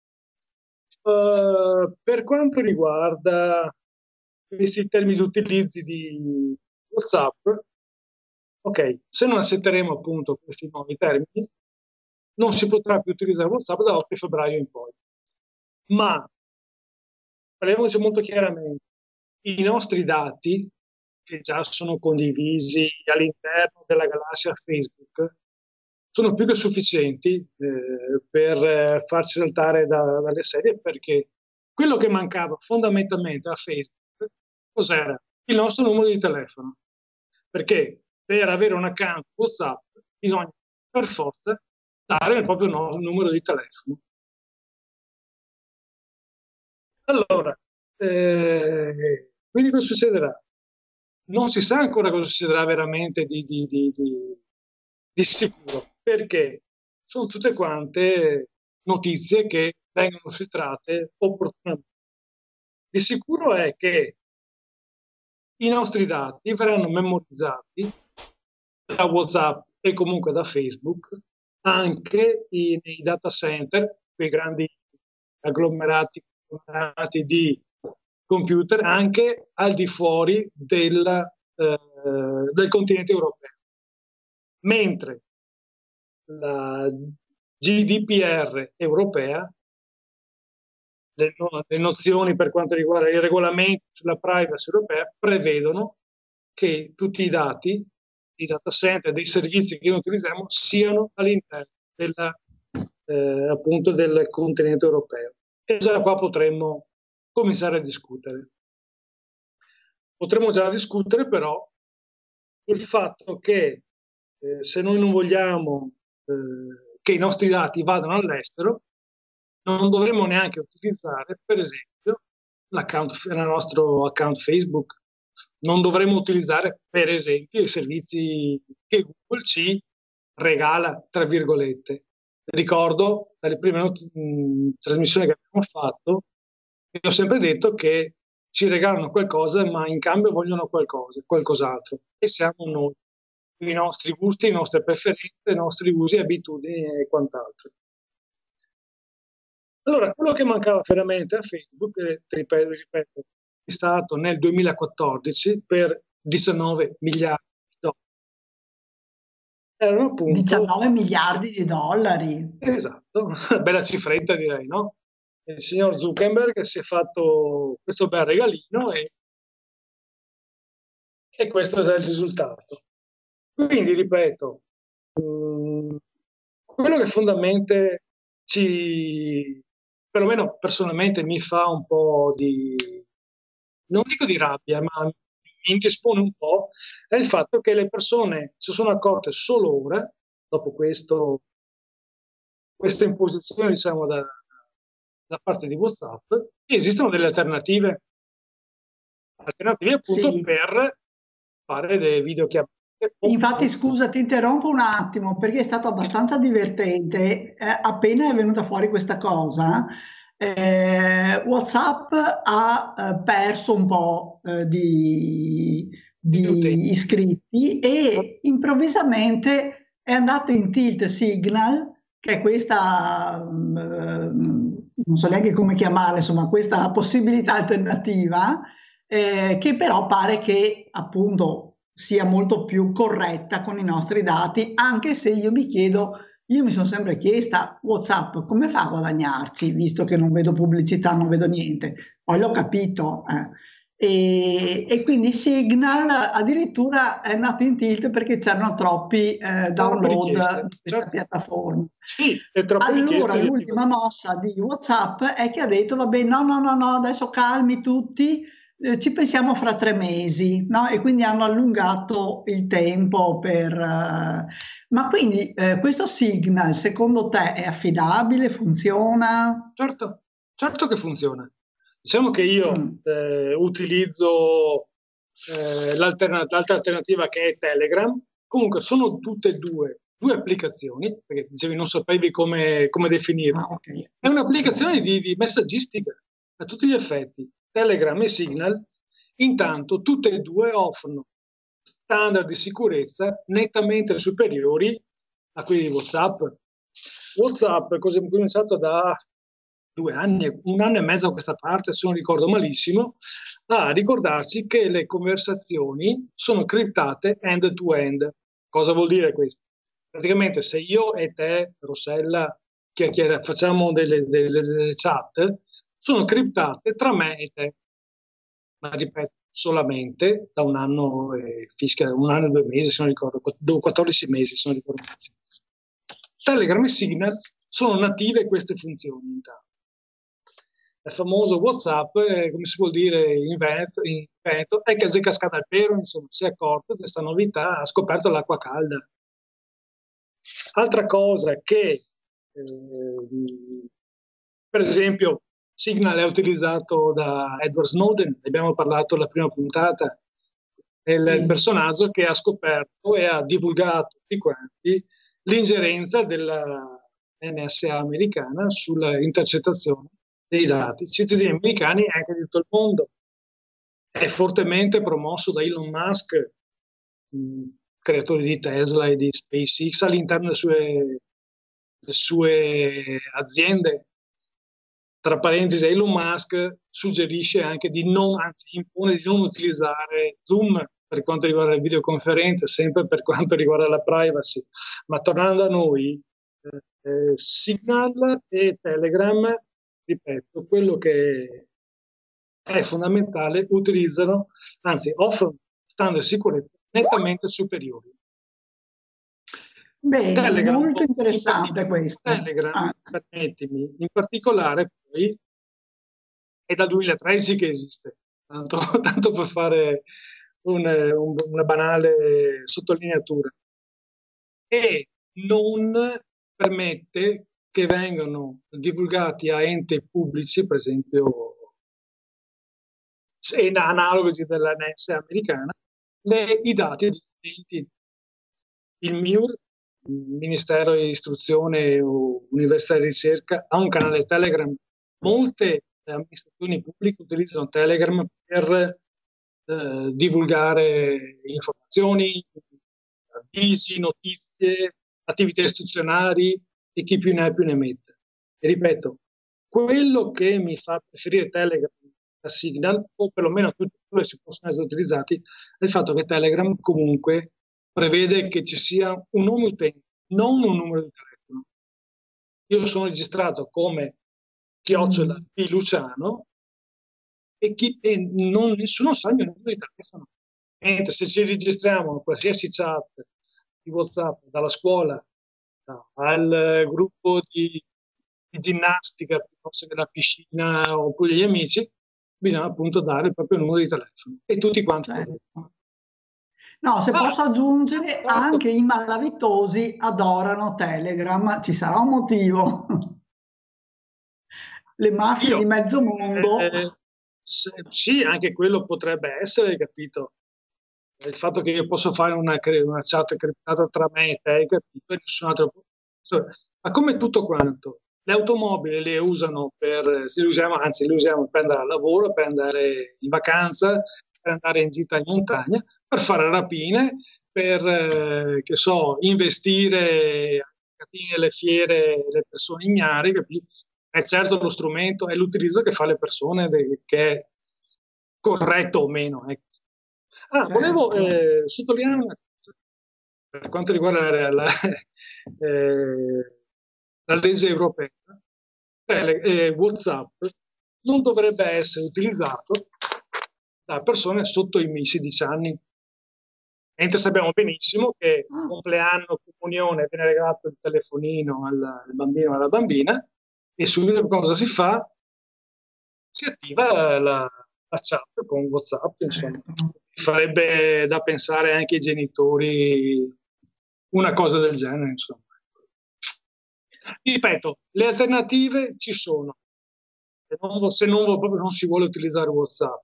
Uh, per quanto riguarda questi termini di utilizzi di WhatsApp, ok, se non accetteremo appunto questi nuovi termini, non si potrà più utilizzare WhatsApp dall'otto di febbraio in poi. Ma parliamoci molto chiaramente, i nostri dati, che già sono condivisi all'interno della galassia Facebook, sono più che sufficienti eh, per eh, farci saltare da, dalle serie, perché quello che mancava fondamentalmente a Facebook cos'era? Il nostro numero di telefono. Perché per avere un account WhatsApp bisogna per forza dare il proprio no- numero di telefono. Allora, eh, quindi cosa succederà? Non si sa ancora cosa succederà veramente di, di, di, di, di sicuro, perché sono tutte quante notizie che vengono filtrate opportunamente. Di sicuro è che i nostri dati verranno memorizzati da WhatsApp e comunque da Facebook anche in, nei data center, quei grandi agglomerati, agglomerati di computer, anche al di fuori del, eh, del continente europeo. Mentre la G D P R europea, le, no, le nozioni per quanto riguarda i regolamenti sulla privacy europea, prevedono che tutti i dati, i data center, dei servizi che noi utilizziamo siano all'interno della, eh, appunto del continente europeo. E già qua potremmo cominciare a discutere. Potremmo già discutere però il fatto che eh, se noi non vogliamo eh, che i nostri dati vadano all'estero, non dovremmo neanche utilizzare, per esempio, l'account, il nostro account Facebook. Non dovremmo utilizzare, per esempio, i servizi che Google ci regala, tra virgolette. Ricordo dalle prime not- mh, trasmissioni che abbiamo fatto, io ho sempre detto che ci regalano qualcosa, ma in cambio vogliono qualcosa, qualcos'altro. E siamo noi, i nostri gusti, le nostre preferenze, i nostri usi, abitudini e quant'altro. Allora, quello che mancava veramente a Facebook, eh, ripeto, ripeto, è stato nel duemilaquattordici per diciannove miliardi di dollari. Erano appunto diciannove miliardi di dollari. Esatto, bella cifretta direi, no? Il signor Zuckerberg si è fatto questo bel regalino e, e questo è il risultato. Quindi, ripeto, mh, quello che fondamentalmente ci, perlomeno personalmente mi fa un po' di, non dico di rabbia, ma mi indispone un po' è il fatto che le persone si sono accorte solo ora, dopo questo, questa imposizione, diciamo, da, da parte di WhatsApp, che esistono delle alternative, alternative appunto Sì. per fare delle videochiamate. Infatti, scusa, ti interrompo un attimo perché è stato abbastanza divertente. Eh, appena è venuta fuori questa cosa, eh, WhatsApp ha eh, perso un po' eh, di, di iscritti e improvvisamente è andato in tilt Signal, che è questa, mm, eh, non so neanche come chiamarla, insomma, questa possibilità alternativa, eh, che però pare che appunto sia molto più corretta con i nostri dati, anche se io mi chiedo, io mi sono sempre chiesta, WhatsApp come fa a guadagnarci, visto che non vedo pubblicità, non vedo niente, poi l'ho capito. eh. E, e quindi Signal addirittura è nato in tilt perché c'erano troppi eh, download richieste, di questa certo. piattaforma. Sì, è troppo Allora richieste di l'ultima mossa di WhatsApp è che ha detto, vabbè, no, no, no, no, adesso calmi tutti, eh, ci pensiamo fra tre mesi, no? E quindi hanno allungato il tempo per... eh, ma quindi eh, questo Signal, secondo te, è affidabile, funziona? Certo, certo che funziona. Diciamo che io Mm. eh, utilizzo eh, l'alterna- l'altra alternativa che è Telegram. Comunque sono tutte e due, due applicazioni, perché dicevi non sapevi come, come definirle. Ah, ok. È un'applicazione di, di messaggistica a tutti gli effetti. Telegram e Signal, intanto tutte e due offrono standard di sicurezza nettamente superiori a quelli di WhatsApp. WhatsApp, cosa è cominciato da due anni, un anno e mezzo a questa parte, se non ricordo malissimo, a ricordarci che le conversazioni sono criptate end-to-end. Cosa vuol dire questo? Praticamente se io e te, Rossella, chiacchiera, facciamo delle, delle, delle chat, sono criptate tra me e te. Ma ripeto, solamente da un anno e fischia, un anno e due mesi, se non ricordo, quattordici mesi, se non ricordo male. Telegram e Signal sono native queste funzioni intanto. Il famoso WhatsApp, eh, come si vuol dire in Veneto, in Veneto è che è cascata al pero, insomma, si è accorto di questa novità, ha scoperto l'acqua calda. Altra cosa che, eh, per esempio, Signal è utilizzato da Edward Snowden, ne abbiamo parlato alla prima puntata, è il Sì. personaggio che ha scoperto e ha divulgato tutti quanti l'ingerenza della N S A americana sulla intercettazione dei dati cittadini americani e anche di tutto il mondo. È fortemente promosso da Elon Musk, mh, creatore di Tesla e di SpaceX, all'interno delle sue, delle sue aziende. Tra parentesi, Elon Musk suggerisce anche di non, anzi impone di non utilizzare Zoom per quanto riguarda le videoconferenze, sempre per quanto riguarda la privacy. Ma tornando a noi, eh, Signal e Telegram, ripeto, quello che è fondamentale, utilizzano, anzi offrono standard di sicurezza nettamente superiori. Bene, Telegram, molto in interessante particolare- questo. Telegram, Ah. permettimi, in particolare poi è dal duemilatredici che esiste, tanto, tanto per fare un- un- una banale sottolineatura, e non permette che vengano divulgati a enti pubblici, per esempio se- analoghi della N S A americana, le- i dati degli utenti. Il M I U R, il Ministero di Istruzione o Università di Ricerca, ha un canale Telegram. Molte amministrazioni pubbliche utilizzano Telegram per eh, divulgare informazioni, avvisi, notizie, attività istituzionali e chi più ne ha più ne mette. E ripeto, quello che mi fa preferire Telegram a Signal, o perlomeno tutti e due si possono essere utilizzati, è il fatto che Telegram comunque prevede che ci sia un nome utente, non un numero di telefono. Io sono registrato come chiocciola Mm. P Luciano e, chi, e non, nessuno sa il mio numero di telefono. Mentre se ci registriamo in qualsiasi chat di WhatsApp, dalla scuola al gruppo di, di ginnastica, piuttosto che la piscina oppure gli amici, bisogna appunto dare il proprio numero di telefono e tutti quanti. Certo. No, se Ah, posso aggiungere, certo. anche i malavitosi adorano Telegram, ci sarà un motivo. Le mafie Io, di mezzo mondo. eh, se- sì, anche quello potrebbe essere, capito? Il fatto che io posso fare una, cre- una chat criptata tra me e te, capito? E nessun altro. Ma come tutto quanto, le automobili le usano per, se le usiamo, anzi, le usiamo per andare al lavoro, per andare in vacanza, per andare in gita in montagna, per fare rapine, per, eh, che so, investire nelle fiere le persone ignare, capito? È certo lo strumento, è l'utilizzo che fa le persone, de- che è corretto o meno. Ecco. Ah, Certo. volevo eh, sottolineare una cosa per quanto riguarda la, la, eh, la legge europea. Tele- eh, WhatsApp non dovrebbe essere utilizzato da persone sotto i sedici anni. Mentre sappiamo benissimo che Ah, compleanno, comunione, viene regalato il telefonino al, al bambino o alla bambina e subito cosa si fa? Si attiva la, la chat con WhatsApp, insomma. certo. Farebbe da pensare anche ai genitori una cosa del genere, insomma. Ripeto, le alternative ci sono. Se non, se non, proprio non si vuole utilizzare WhatsApp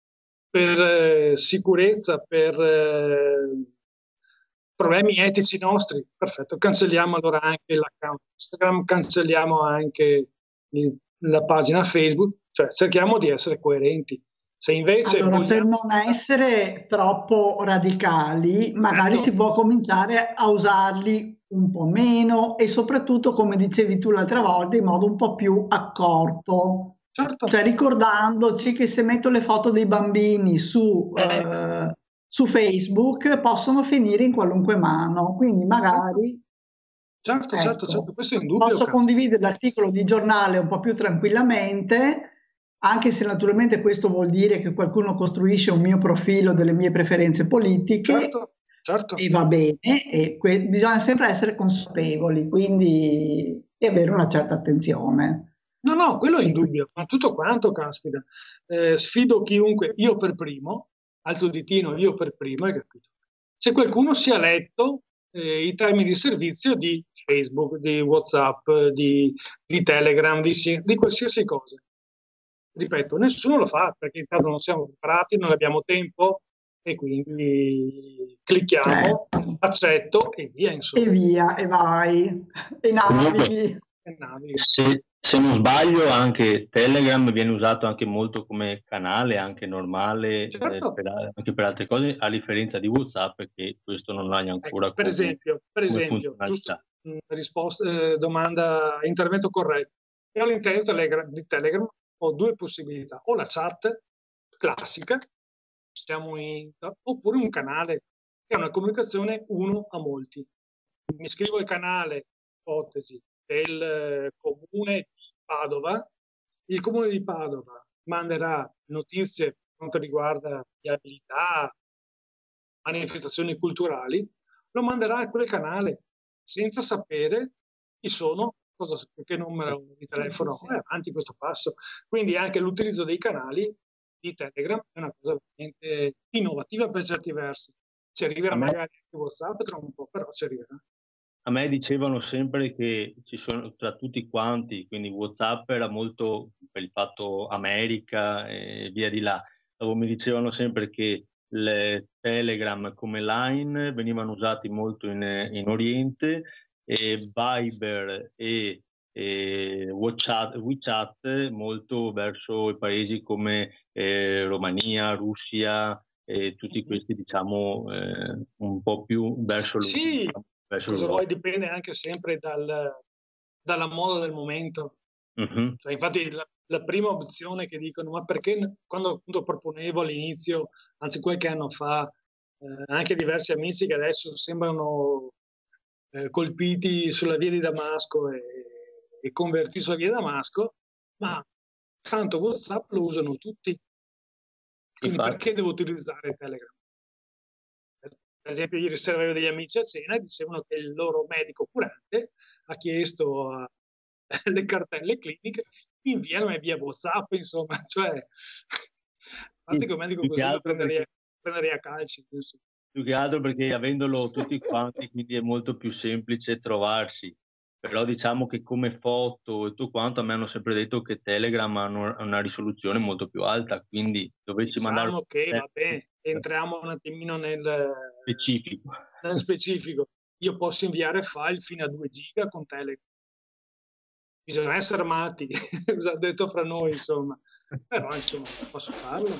per eh, sicurezza, per eh, problemi etici nostri, perfetto, cancelliamo allora anche l'account Instagram, cancelliamo anche il- la pagina Facebook, cioè cerchiamo di essere coerenti. Se invece Allora, per vogliamo... non essere troppo radicali, magari Certo, si può cominciare a usarli un po' meno e soprattutto, come dicevi tu l'altra volta, in modo un po' più accorto. certo. Cioè ricordandoci che se metto le foto dei bambini su, Eh, eh, su Facebook possono finire in qualunque mano, quindi magari certo, certo, certo, ecco, questo è indubbio, posso cazzo. condividere l'articolo di giornale un po' più tranquillamente, anche se naturalmente questo vuol dire che qualcuno costruisce un mio profilo delle mie preferenze politiche Certo, certo. e va bene, e que- bisogna sempre essere consapevoli, quindi e avere una certa attenzione. No, no, quello è E indubbio, ma quindi, tutto quanto, caspita. Eh, sfido chiunque, io per primo, alzo il ditino, io per primo, hai capito? Se qualcuno si è letto eh, i termini di servizio di Facebook, di WhatsApp, di, di Telegram, di, si- di qualsiasi cosa. Ripeto, nessuno lo fa perché intanto non siamo preparati, non abbiamo tempo e quindi clicchiamo, certo, accetto e via, insomma. e via, e vai, e Comunque, navighi. E naviga. se, se non sbaglio, anche Telegram viene usato anche molto come canale, anche normale, eh, Certo. per, anche per altre cose, a differenza di WhatsApp, che questo non ha ancora Ecco, per come, esempio, per come esempio, giusto, funzionalità. mh, risposta, eh, domanda, intervento corretto. Io all'interno di Telegram, di Telegram ho due possibilità, o la chat classica, siamo in, oppure un canale che è una comunicazione uno a molti. Mi iscrivo al canale, ipotesi, del eh, comune di Padova. Il comune di Padova manderà notizie per quanto riguarda viabilità, manifestazioni culturali, lo manderà a quel canale senza sapere chi sono, cosa, che numero di Sì, sì, telefono sì. è avanti questo passo. Quindi anche l'utilizzo dei canali di Telegram è una cosa veramente innovativa per certi versi. Ci arriverà A me- magari anche WhatsApp tra un po', però ci arriverà. A me dicevano sempre che ci sono tra tutti quanti, quindi WhatsApp era molto per il fatto America e via di là. Dopo mi dicevano sempre che le Telegram come Line venivano usati molto in, in Oriente e Viber e, e WhatsApp, WeChat molto verso i paesi come eh, Romania, Russia e tutti questi diciamo eh, un po' più verso Sì, l'Europa. Verso cosa l'Europa. vuoi dipende anche sempre dal, dalla moda del momento. Mhm. Cioè, infatti la, la prima opzione che dicono, ma perché quando appunto proponevo all'inizio, anzi qualche anno fa, eh, anche diversi amici che adesso sembrano eh, colpiti sulla via di Damasco e, e convertiti sulla via di Damasco, ma tanto WhatsApp lo usano tutti, quindi Infatti, perché devo utilizzare Telegram? Per esempio, ieri sera avevo degli amici a cena e dicevano che il loro medico curante ha chiesto a- le cartelle cliniche inviano via WhatsApp, insomma, cioè, infatti come dico più che così, lo altro prenderei, perché, prenderei a calci. Penso. più che altro perché avendolo tutti quanti, quindi è molto più semplice trovarsi. Però diciamo che come foto e tutto quanto, a me hanno sempre detto che Telegram ha una, una risoluzione molto più alta, quindi dovessi mandare Diciamo che, vabbè, entriamo un attimino nel specifico. Nel specifico. Io posso inviare file fino a due giga con Telegram. Bisogna essere matti, detto fra noi, insomma. Però, insomma, posso farlo.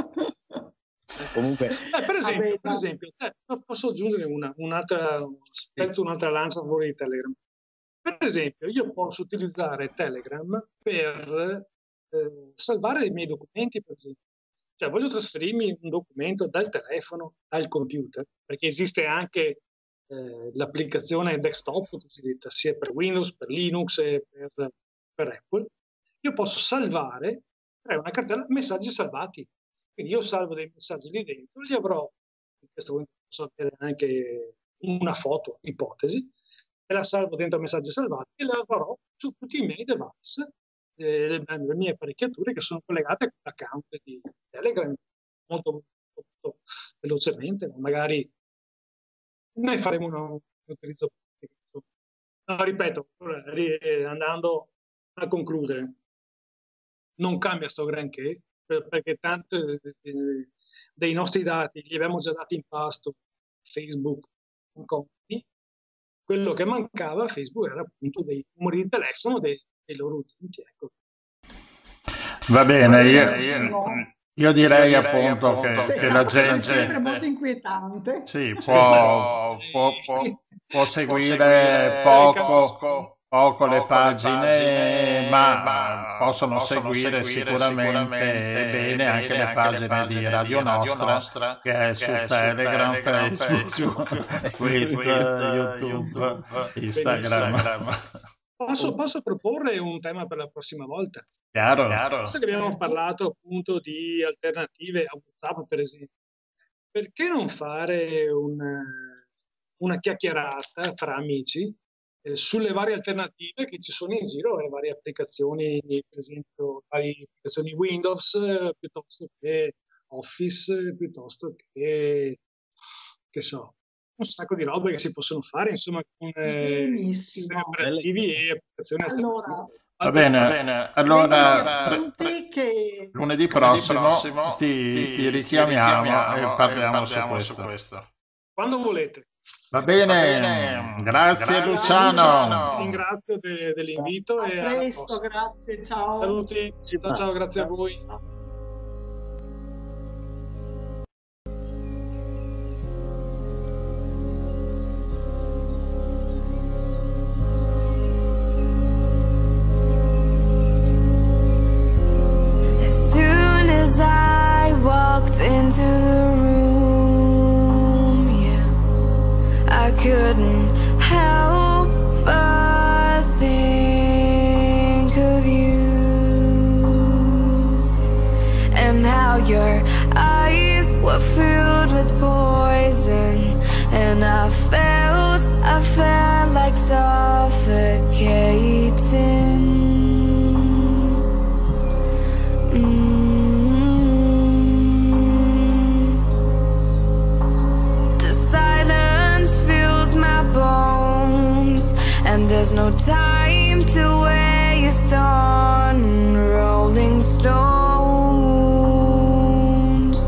Comunque, eh, per esempio, Vabbè, per esempio eh, posso aggiungere una, un'altra, spezzo un'altra lancia a favore di Telegram. Per esempio, io posso utilizzare Telegram per eh, salvare i miei documenti, per esempio. Cioè, voglio trasferirmi un documento dal telefono al computer, perché esiste anche eh, l'applicazione desktop cosiddetta, sia per Windows, per Linux e per, per Apple. Io posso salvare, creo una cartella messaggi salvati. Quindi io salvo dei messaggi lì dentro, li avrò, in questo momento posso avere anche una foto, ipotesi, e la salvo dentro messaggi salvati e la avrò su tutti i miei device, eh, le, le mie apparecchiature che sono collegate con l'account di Telegram molto, molto, molto velocemente, ma magari noi faremo un, un utilizzo pratico. No, ripeto, andando a concludere, non cambia sto granché, perché tanti dei nostri dati li abbiamo già dati in pasto Facebook company. Quello che mancava a Facebook era appunto dei numeri di telefono dei, dei loro utenti. Ecco. Va bene, io, Benissimo. io direi Io direi appunto appunto che, Sei che la stato come gente sempre molto inquietante. sì, Sì, può, beh, può, può, sì. può seguire seguire poco, capisco. poco le poco le pagine, pagine, ma ma possono possono seguire seguire sicuramente sicuramente bene anche bene le anche le pagine di pagine Radio di Radio Nostra, Nostra, che è che su è su Telegram, Telegram, Facebook, Facebook, Twitter, Twitter, YouTube, YouTube, Instagram. Instagram. Posso, posso proporre un tema per la prossima volta? Chiaro? Chiaro? Visto che abbiamo Certo. parlato appunto di alternative a WhatsApp, per esempio, perché non fare un, una chiacchierata fra amici eh, sulle varie alternative che ci sono in giro, le varie applicazioni, per esempio, varie applicazioni Windows, eh, piuttosto che Office, eh, piuttosto che, che so, un sacco di robe che si possono fare, insomma, con eh, Benissimo. sistemi operativi e applicazioni Allora, alternative. Va bene, Va bene, prenditi allora appunti che lunedì lunedì prossimo prossimo ti, ti, ti ti richiamiamo richiamiamo e e parliamo su parliamo su questo. questo. Quando volete. Va Va bene, bene, grazie grazie Luciano. Luciano. Ringrazio de- dell'invito a e alla presto, prossima. grazie, ciao. Saluti, ciao, ciao, grazie a voi. As soon as I walked into the room, yeah, I couldn't help but think of you and how your eyes were filled with poison, and I felt, I felt like suffocating. The silence fills my bones, and there's no time to waste on rolling stones.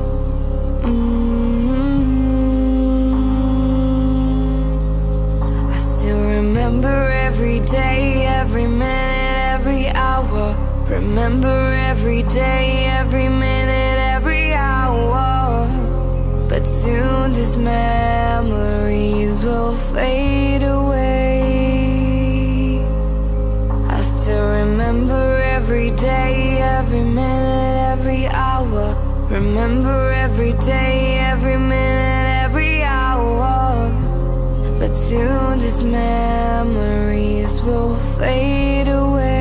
Mm. I still remember every day, every minute, every hour. Remember every day, every minute, every hour. But soon these memories will fade away. I still remember every day, every minute, every hour. Remember every day, every minute, every hour. But soon these memories will fade away.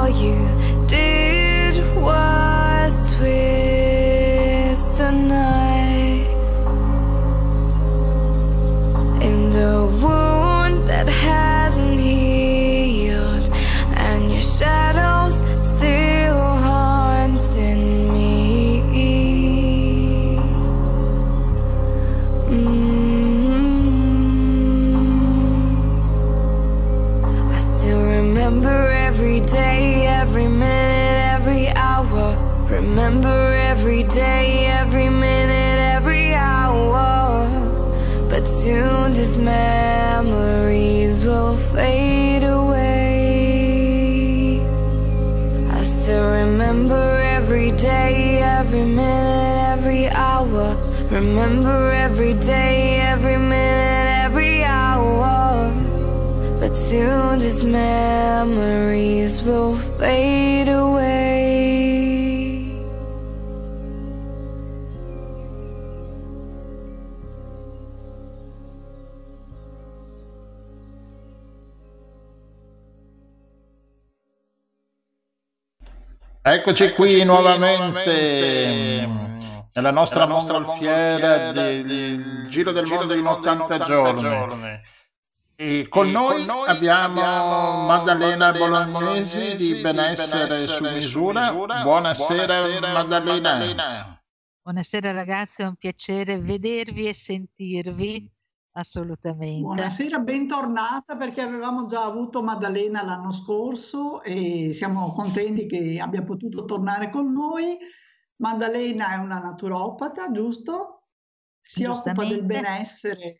you did was twist a knife in the wound that hasn't healed, and your shadows still haunting me. Mm-hmm. I still remember every day, every minute, every hour. Remember every day, every minute, every hour. But soon these memories will fade away. I still remember every day, every minute, every hour. Remember every day, every minute, every hour. But soon these memories will fade away. Eccoci, Eccoci qui, qui nuovamente, nuovamente nella nostra, nostra mongolfiera del Giro del Mondo in ottanta giorni. E con, e noi, con noi abbiamo, abbiamo Maddalena Bolognesi di Benessere, Benessere su misura. Su misura. Buonasera, Buonasera Maddalena. Maddalena. Buonasera ragazzi, è un piacere vedervi e sentirvi. Assolutamente. Buonasera, bentornata, perché avevamo già avuto Maddalena l'anno scorso e siamo contenti che abbia potuto tornare con noi. Maddalena è una naturopata, giusto? Si occupa del benessere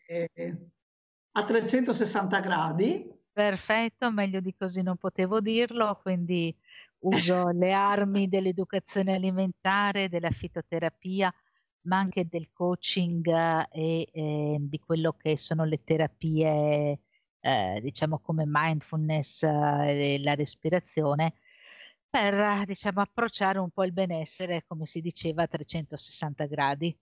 a trecentosessanta gradi. Perfetto, meglio di così non potevo dirlo, quindi uso le armi dell'educazione alimentare, della fitoterapia, ma anche del coaching e eh, di quello che sono le terapie, eh, diciamo come mindfulness eh, e la respirazione, per diciamo approcciare un po' il benessere, come si diceva, a trecentosessanta gradi.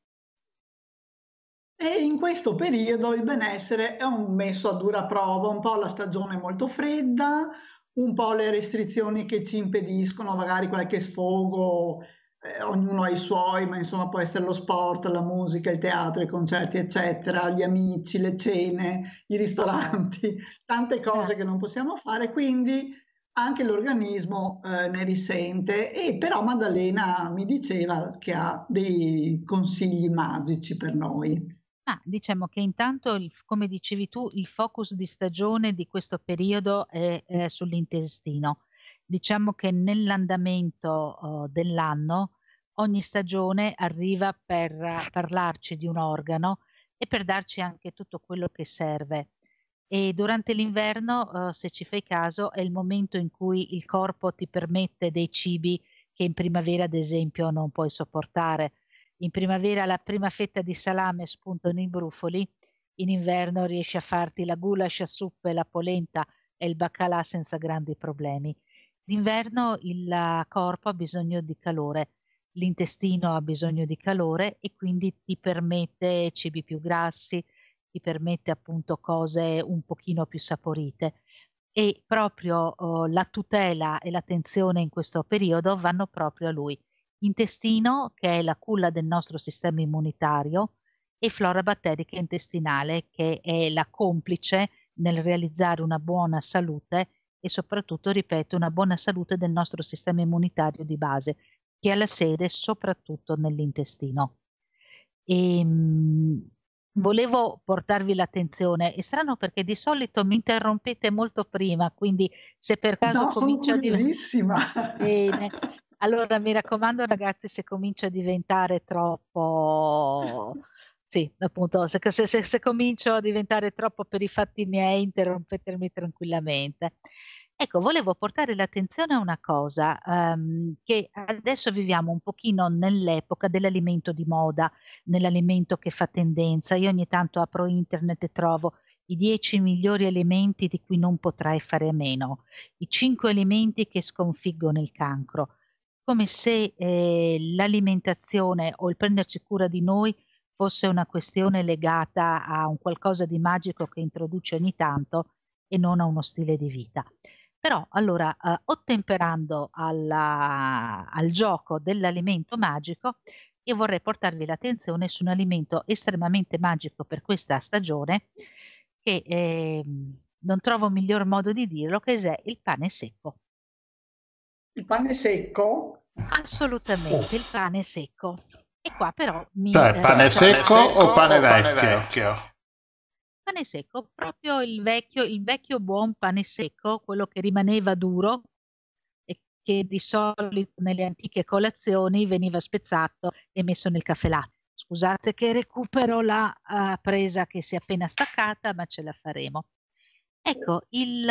E in questo periodo il benessere è un messo a dura prova, un po' la stagione molto fredda, un po' le restrizioni che ci impediscono magari qualche sfogo. Eh, ognuno ha i suoi, ma insomma può essere lo sport, la musica, il teatro, i concerti, eccetera, gli amici, le cene, i ristoranti, tante cose che non possiamo fare, quindi anche l'organismo eh, ne risente. E però Maddalena mi diceva che ha dei consigli magici per noi. Ah, diciamo che intanto, il, come dicevi tu, il focus di stagione di questo periodo è, è sull'intestino. Diciamo che nell'andamento uh, dell'anno ogni stagione arriva per uh, parlarci di un organo e per darci anche tutto quello che serve. E durante l'inverno, uh, se ci fai caso, è il momento in cui il corpo ti permette dei cibi che in primavera, ad esempio, non puoi sopportare. In primavera la prima fetta di salame spuntano i brufoli, in inverno riesci a farti la goulash a zuppe, la polenta e il baccalà senza grandi problemi. D'inverno il corpo ha bisogno di calore, l'intestino ha bisogno di calore e quindi ti permette cibi più grassi, ti permette appunto cose un pochino più saporite. E proprio oh, la tutela e l'attenzione in questo periodo vanno proprio a lui. Intestino, che è la culla del nostro sistema immunitario, e flora batterica intestinale, che è la complice nel realizzare una buona salute e soprattutto, ripeto, una buona salute del nostro sistema immunitario di base, che ha la sede soprattutto nell'intestino. E, mh, volevo portarvi l'attenzione, è strano perché di solito mi interrompete molto prima, quindi se per caso no, comincio a diventare... Bene. Allora mi raccomando ragazzi, se comincia a diventare troppo, sì, appunto, se, se, se, se comincio a diventare troppo per i fatti miei, interrompetemi tranquillamente. Ecco, volevo portare l'attenzione a una cosa, um, che adesso viviamo un pochino nell'epoca dell'alimento di moda, nell'alimento che fa tendenza. Io ogni tanto apro internet e trovo i dieci migliori alimenti di cui non potrai fare a meno, i cinque alimenti che sconfiggono il cancro. Come se eh, l'alimentazione o il prenderci cura di noi fosse una questione legata a un qualcosa di magico che introduce ogni tanto e non a uno stile di vita. Però allora, eh, ottemperando alla- al gioco dell'alimento magico, io vorrei portarvi l'attenzione su un alimento estremamente magico per questa stagione, che ehm, non trovo miglior modo di dirlo, che è il pane secco. Il pane secco? Assolutamente, il pane secco. E qua però mi... Cioè, eh, pane secco o pane o pane vecchio? vecchio? pane secco, proprio il vecchio, il vecchio buon pane secco, quello che rimaneva duro e che di solito nelle antiche colazioni veniva spezzato e messo nel caffè latte. Scusate che recupero la uh, presa che si è appena staccata, ma ce la faremo. Ecco, il,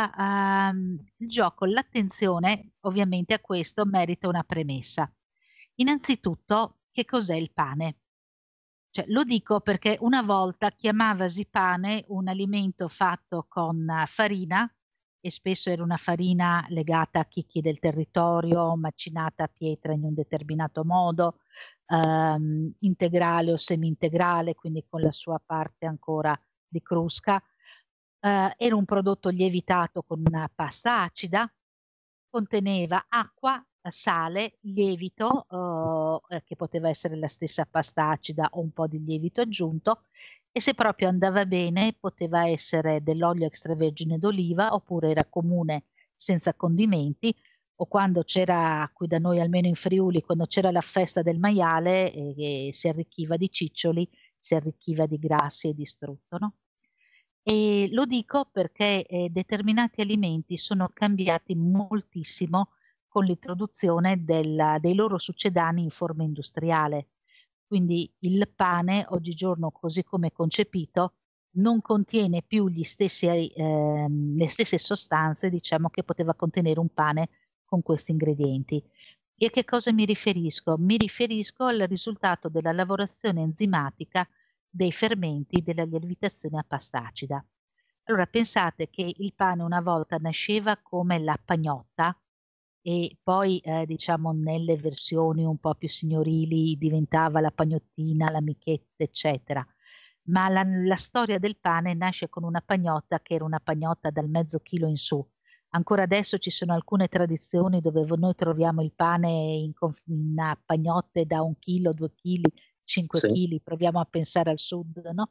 uh, il gioco, l'attenzione ovviamente a questo merita una premessa. Innanzitutto, che cos'è il pane? Cioè, lo dico perché una volta chiamavasi pane un alimento fatto con uh, farina, e spesso era una farina legata a chicchi del territorio, macinata a pietra in un determinato modo, ehm, integrale o semi-integrale, quindi con la sua parte ancora di crusca. Eh, era un prodotto lievitato con una pasta acida, conteneva acqua, sale, lievito, eh, che poteva essere la stessa pasta acida o un po' di lievito aggiunto, e se proprio andava bene poteva essere dell'olio extravergine d'oliva, oppure era comune senza condimenti, o quando c'era, qui da noi almeno in Friuli, quando c'era la festa del maiale, eh, si arricchiva di ciccioli, si arricchiva di grassi e di strutto, no? E lo dico perché eh, determinati alimenti sono cambiati moltissimo con l'introduzione del- dei loro succedani in forma industriale. Quindi il pane, oggigiorno così come concepito, non contiene più gli stessi, ehm, le stesse sostanze, diciamo, che poteva contenere un pane con questi ingredienti. E a che cosa mi riferisco? Mi riferisco al risultato della lavorazione enzimatica dei fermenti della lievitazione a pasta acida. Allora pensate che il pane una volta nasceva come la pagnotta, e poi eh, diciamo nelle versioni un po' più signorili diventava la pagnottina, la michetta, eccetera. Ma la, la storia del pane nasce con una pagnotta che era una pagnotta dal mezzo chilo in su. Ancora adesso ci sono alcune tradizioni dove noi troviamo il pane in, conf- in uh, pagnotte da un chilo, due chili, cinque Sì. chili, proviamo a pensare al sud, no?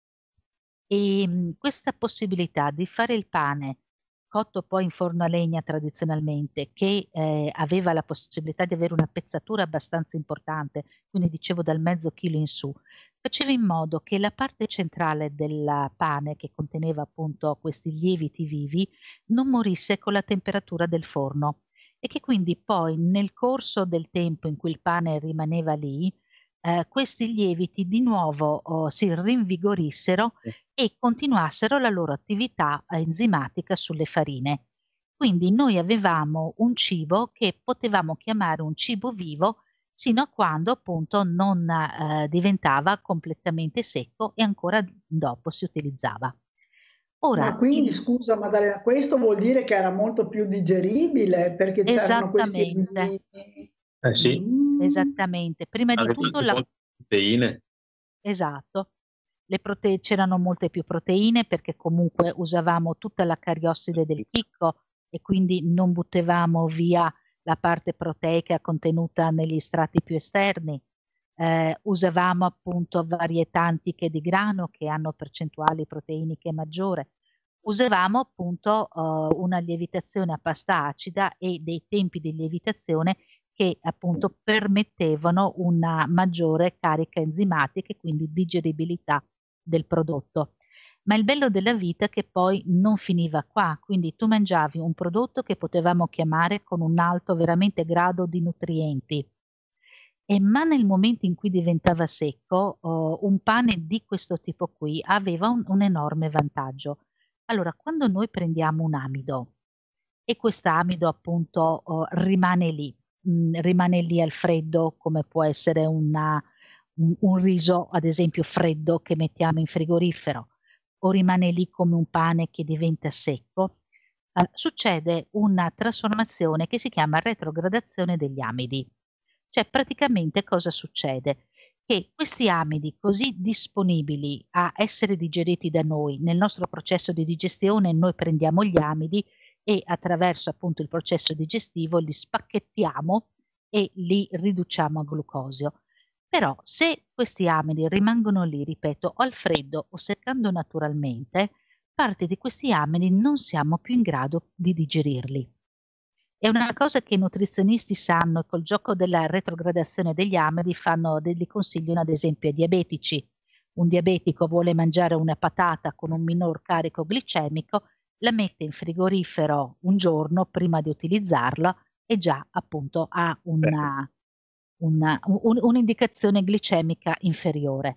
E mh, questa possibilità di fare il pane cotto poi in forno a legna tradizionalmente, che eh, aveva la possibilità di avere una pezzatura abbastanza importante, quindi dicevo dal mezzo chilo in su, faceva in modo che la parte centrale del pane, che conteneva appunto questi lieviti vivi, non morisse con la temperatura del forno, e che quindi poi nel corso del tempo in cui il pane rimaneva lì, eh, questi lieviti di nuovo oh, si rinvigorissero e continuassero la loro attività enzimatica sulle farine. Quindi noi avevamo un cibo che potevamo chiamare un cibo vivo sino a quando appunto non eh, diventava completamente secco e ancora dopo si utilizzava. Ora, Ma quindi, il- scusa Maddalena, questo vuol dire che era molto più digeribile perché c'erano questi esattamente, enzymi. Eh sì, Mm. esattamente. Prima di aveva tutto anche la molte proteine. Esatto. Le prote- c'erano molte più proteine perché comunque usavamo tutta la cariosside del chicco e quindi non buttavamo via la parte proteica contenuta negli strati più esterni. Eh, usavamo appunto varietà antiche di grano che hanno percentuali proteiniche maggiore. Usavamo appunto eh, una lievitazione a pasta acida e dei tempi di lievitazione che appunto permettevano una maggiore carica enzimatica e quindi digeribilità del prodotto. Ma il bello della vita è che poi non finiva qua, quindi tu mangiavi un prodotto che potevamo chiamare con un alto veramente grado di nutrienti. E ma nel momento in cui diventava secco, oh, un pane di questo tipo qui aveva un, un enorme vantaggio. Allora, quando noi prendiamo un amido e quest'amido appunto oh, rimane lì, mh, rimane lì al freddo, come può essere una, un, un riso, ad esempio, freddo che mettiamo in frigorifero, o rimane lì come un pane che diventa secco, eh, succede una trasformazione che si chiama retrogradazione degli amidi. Cioè, praticamente cosa succede? Che questi amidi così disponibili a essere digeriti da noi, nel nostro processo di digestione noi prendiamo gli amidi e attraverso appunto il processo digestivo li spacchettiamo e li riduciamo a glucosio. Però se questi amidi rimangono lì, ripeto, o al freddo o seccando naturalmente, parte di questi amidi non siamo più in grado di digerirli. È una cosa che i nutrizionisti sanno e col gioco della retrogradazione degli amidi fanno degli consigliano ad esempio ai diabetici. Un diabetico vuole mangiare una patata con un minor carico glicemico, la mette in frigorifero un giorno prima di utilizzarla e già appunto ha una, una, un, un'indicazione glicemica inferiore.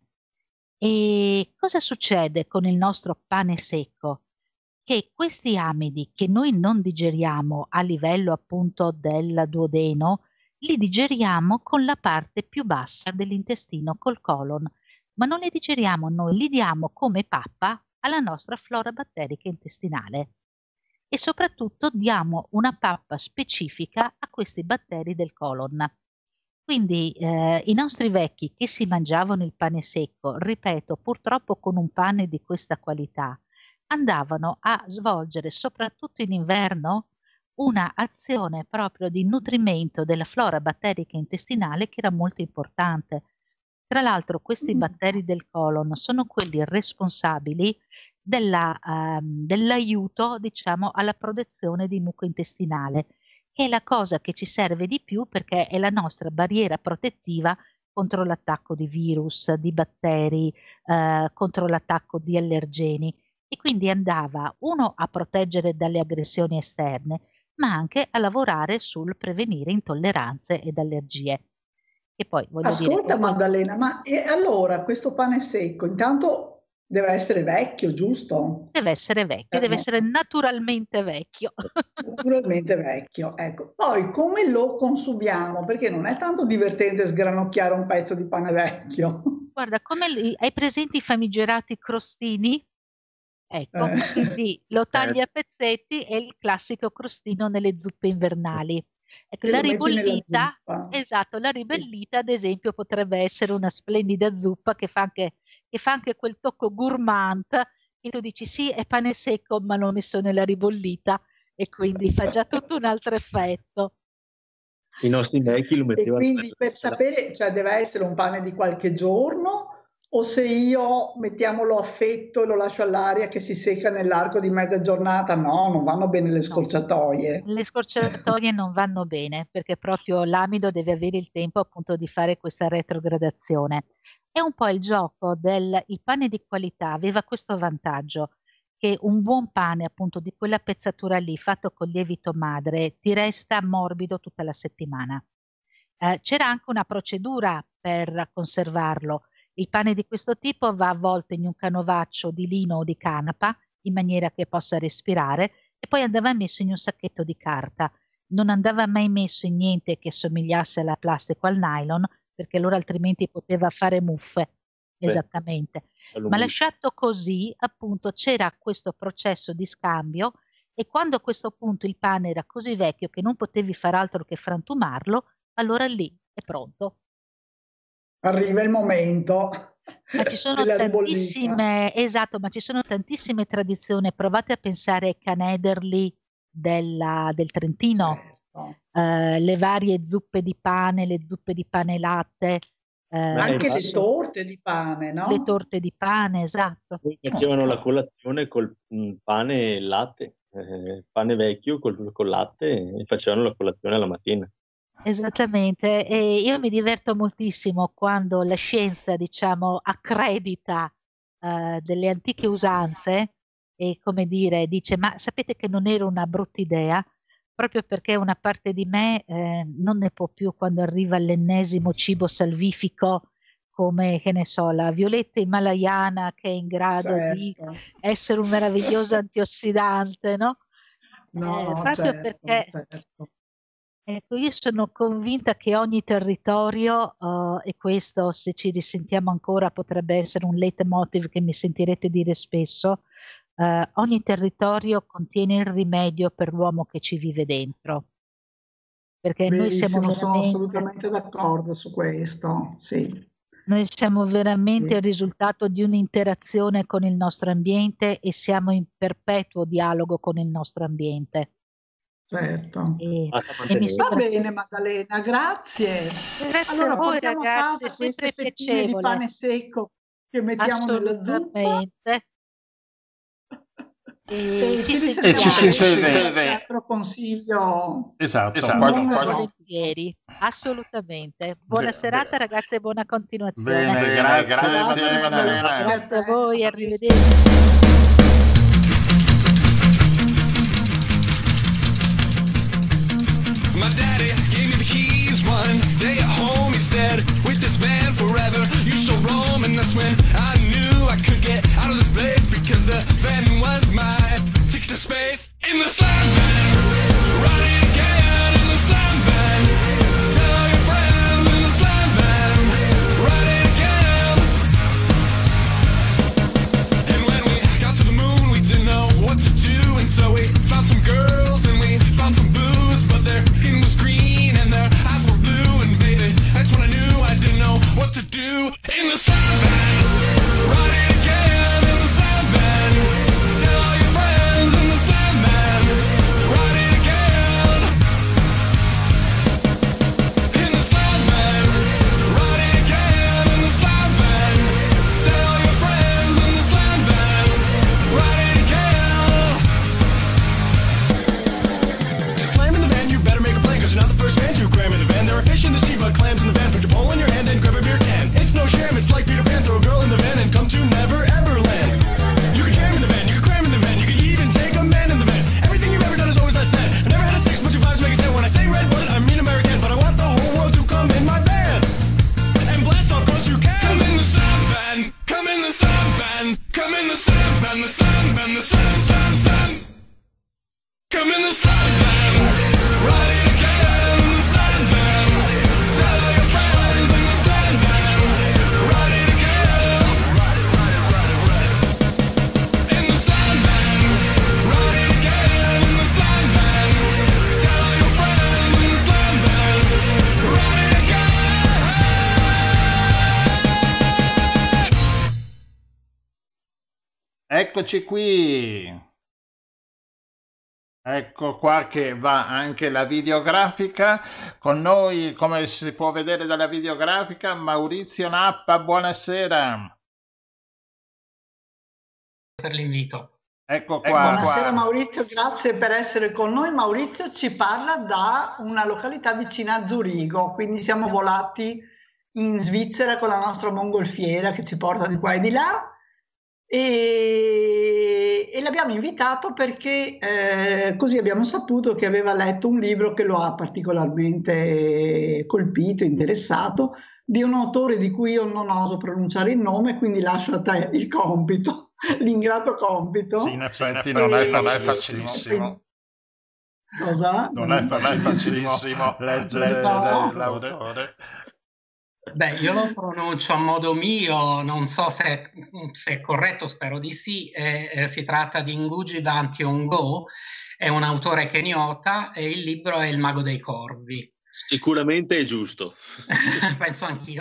E cosa succede con il nostro pane secco? Che questi amidi che noi non digeriamo a livello appunto del duodeno, li digeriamo con la parte più bassa dell'intestino, col colon, ma non li digeriamo noi, li diamo come pappa alla nostra flora batterica intestinale e soprattutto diamo una pappa specifica a questi batteri del colon. Quindi eh, i nostri vecchi che si mangiavano il pane secco, ripeto, purtroppo con un pane di questa qualità, andavano a svolgere soprattutto in inverno una azione proprio di nutrimento della flora batterica intestinale che era molto importante. Tra l'altro questi mm. batteri del colon sono quelli responsabili della, um, dell'aiuto, diciamo, alla produzione di muco intestinale, che è la cosa che ci serve di più perché è la nostra barriera protettiva contro l'attacco di virus, di batteri, eh, contro l'attacco di allergeni. E quindi andava uno a proteggere dalle aggressioni esterne, ma anche a lavorare sul prevenire intolleranze ed allergie. E poi voglio Ascolta dire, Maddalena, ma e allora questo pane secco intanto deve essere vecchio, giusto? Deve essere vecchio, Eh, deve essere naturalmente vecchio. Naturalmente vecchio, ecco. Poi come lo consumiamo? Perché non è tanto divertente sgranocchiare un pezzo di pane vecchio. Guarda, come li, hai presenti i famigerati crostini? Ecco, Eh. quindi lo tagli a pezzetti e il classico crostino nelle zuppe invernali. Ecco, la Lo metti nella ribollita, zuppa. esatto, la ribollita ad esempio potrebbe essere una splendida zuppa che fa anche, che fa anche quel tocco gourmand che tu dici sì, è pane secco ma l'ho messo nella ribollita e quindi fa già tutto un altro effetto. I nostri vecchi lo E mettevano. quindi per sapere, cioè deve essere un pane di qualche giorno o se io mettiamolo a fetto e lo lascio all'aria che si secca nell'arco di mezza giornata? No, non vanno bene le scorciatoie. Le scorciatoie non vanno bene perché proprio l'amido deve avere il tempo appunto di fare questa retrogradazione. È un po' il gioco del il pane di qualità, aveva questo vantaggio che un buon pane appunto di quella pezzatura lì fatto con lievito madre ti resta morbido tutta la settimana. Eh, c'era anche una procedura per conservarlo. Il pane di questo tipo va avvolto in un canovaccio di lino o di canapa in maniera che possa respirare e poi andava messo in un sacchetto di carta. Non andava mai messo in niente che somigliasse alla plastica o al nylon perché allora altrimenti poteva fare muffe. Sì. Esattamente. Ma lasciato così, appunto, c'era questo processo di scambio e quando a questo punto il pane era così vecchio che non potevi far altro che frantumarlo, allora lì è pronto. Arriva il momento. Ma ci sono della tantissime, esatto, ma ci sono tantissime tradizioni. Provate a pensare ai canederli della- del Trentino, Certo. eh, le varie zuppe di pane, le zuppe di pane e latte, eh, Anche le infatti- torte di pane, no? le torte di pane, esatto. Poi facevano la colazione col mm, pane e latte, eh, pane vecchio col, col latte e facevano la colazione alla mattina. Esattamente, e io mi diverto moltissimo quando la scienza, diciamo, accredita eh, delle antiche usanze e, come dire, dice, ma sapete che non era una brutta idea, proprio perché una parte di me eh, non ne può più quando arriva l'ennesimo cibo salvifico come, che ne so, la violetta himalayana che è in grado di Certo. essere un meraviglioso antiossidante, no? No, Eh, no, proprio certo, perché certo. Ecco, io sono convinta che ogni territorio, eh, e questo se ci risentiamo ancora potrebbe essere un leitmotiv che mi sentirete dire spesso, eh, ogni territorio contiene il rimedio per l'uomo che ci vive dentro. Perché noi siamo Benissimo, sono veramente, assolutamente d'accordo su questo, sì. noi siamo veramente Sì. il risultato di un'interazione con il nostro ambiente e siamo in perpetuo dialogo con il nostro ambiente. Certo. E, Basta e mi mantenere. Va sembra bene Maddalena, grazie. grazie Allora a voi portiamo a ragazzi, è casa queste sempre fettine di piacevole, pane secco che mettiamo nella zuppa assolutamente. E e ci ci E ci si risentiamo sentiamo presto sente. per qualche altro consiglio Esatto, Esatto. qualche- non qualche- esatto. volentieri, assolutamente. Buona Be- serata be- ragazzi e buona continuazione. Bene, Bene, grazie, grazie, Maddalena. Maddalena. Grazie a voi, A arrivederci. presto. My daddy gave me the keys one day at home. He said, with this van forever, you shall roam. And that's when I knew I could get out of this place, because the van was my ticket to space. In the slam van, riding again in the slam van. Tell your friends in the slam van, riding again. And when we got to the moon, we didn't know what to do. And so we found some girls and we found some booze, but their skin was green and their eyes were blue. And baby, that's when I knew I didn't know what to do. In the slam van, riding again in the slam van. Tell all your friends in the slam van, riding again. In the slam van, riding again in the slam van. Tell all your friends in the slam van, riding again. Just slam in the van, you better make a plan, cause you're not the first man to cram in the van. There are fish in the sea, but clams in the van. Put your pole in your hand and grab a beer can. It's no sham, it's like Peter Pan. Throw a girl in the van and come to never ever land. You can jam in the van, you can cram in the van, you can even take a man in the van. Everything you've ever done is always less than. I never had a six, but two fives make a ten. When I say red blooded, I mean American, but I want the whole world to come in my van and blast off cause you can. Come in the slam van, come in the slam van, come in the slam van, the slam van, the slam, slam, slam. Come in the slam van, riding again in the slam van. Tell all your friends in the slam van, riding again. In the slam van, riding again in the slam van. Tell all your friends in the slam van, riding again. Eccoci qui. Ecco qua che va anche la videografica. Con noi, come si può vedere dalla videografica, Maurizio Nappa, buonasera. Per l'invito. Ecco qua. Buonasera Maurizio, grazie per essere con noi. Maurizio ci parla da una località vicina a Zurigo, quindi siamo volati in Svizzera con la nostra mongolfiera che ci porta di qua e di là. E, e l'abbiamo invitato perché eh, così abbiamo saputo che aveva letto un libro che lo ha particolarmente colpito, interessato, di un autore di cui io non oso pronunciare il nome, quindi lascio a te il compito, l'ingrato compito. Sì, in effetti non è, non è facilissimo. Cosa? Non è facilissimo leggere No. l'autore. Beh, io lo pronuncio a modo mio, non so se, se è corretto, spero di sì. Eh, eh, si tratta di Ngugi Van Thiong'o, è un autore keniota e il libro è Il mago dei corvi. Sicuramente è giusto. Penso anch'io.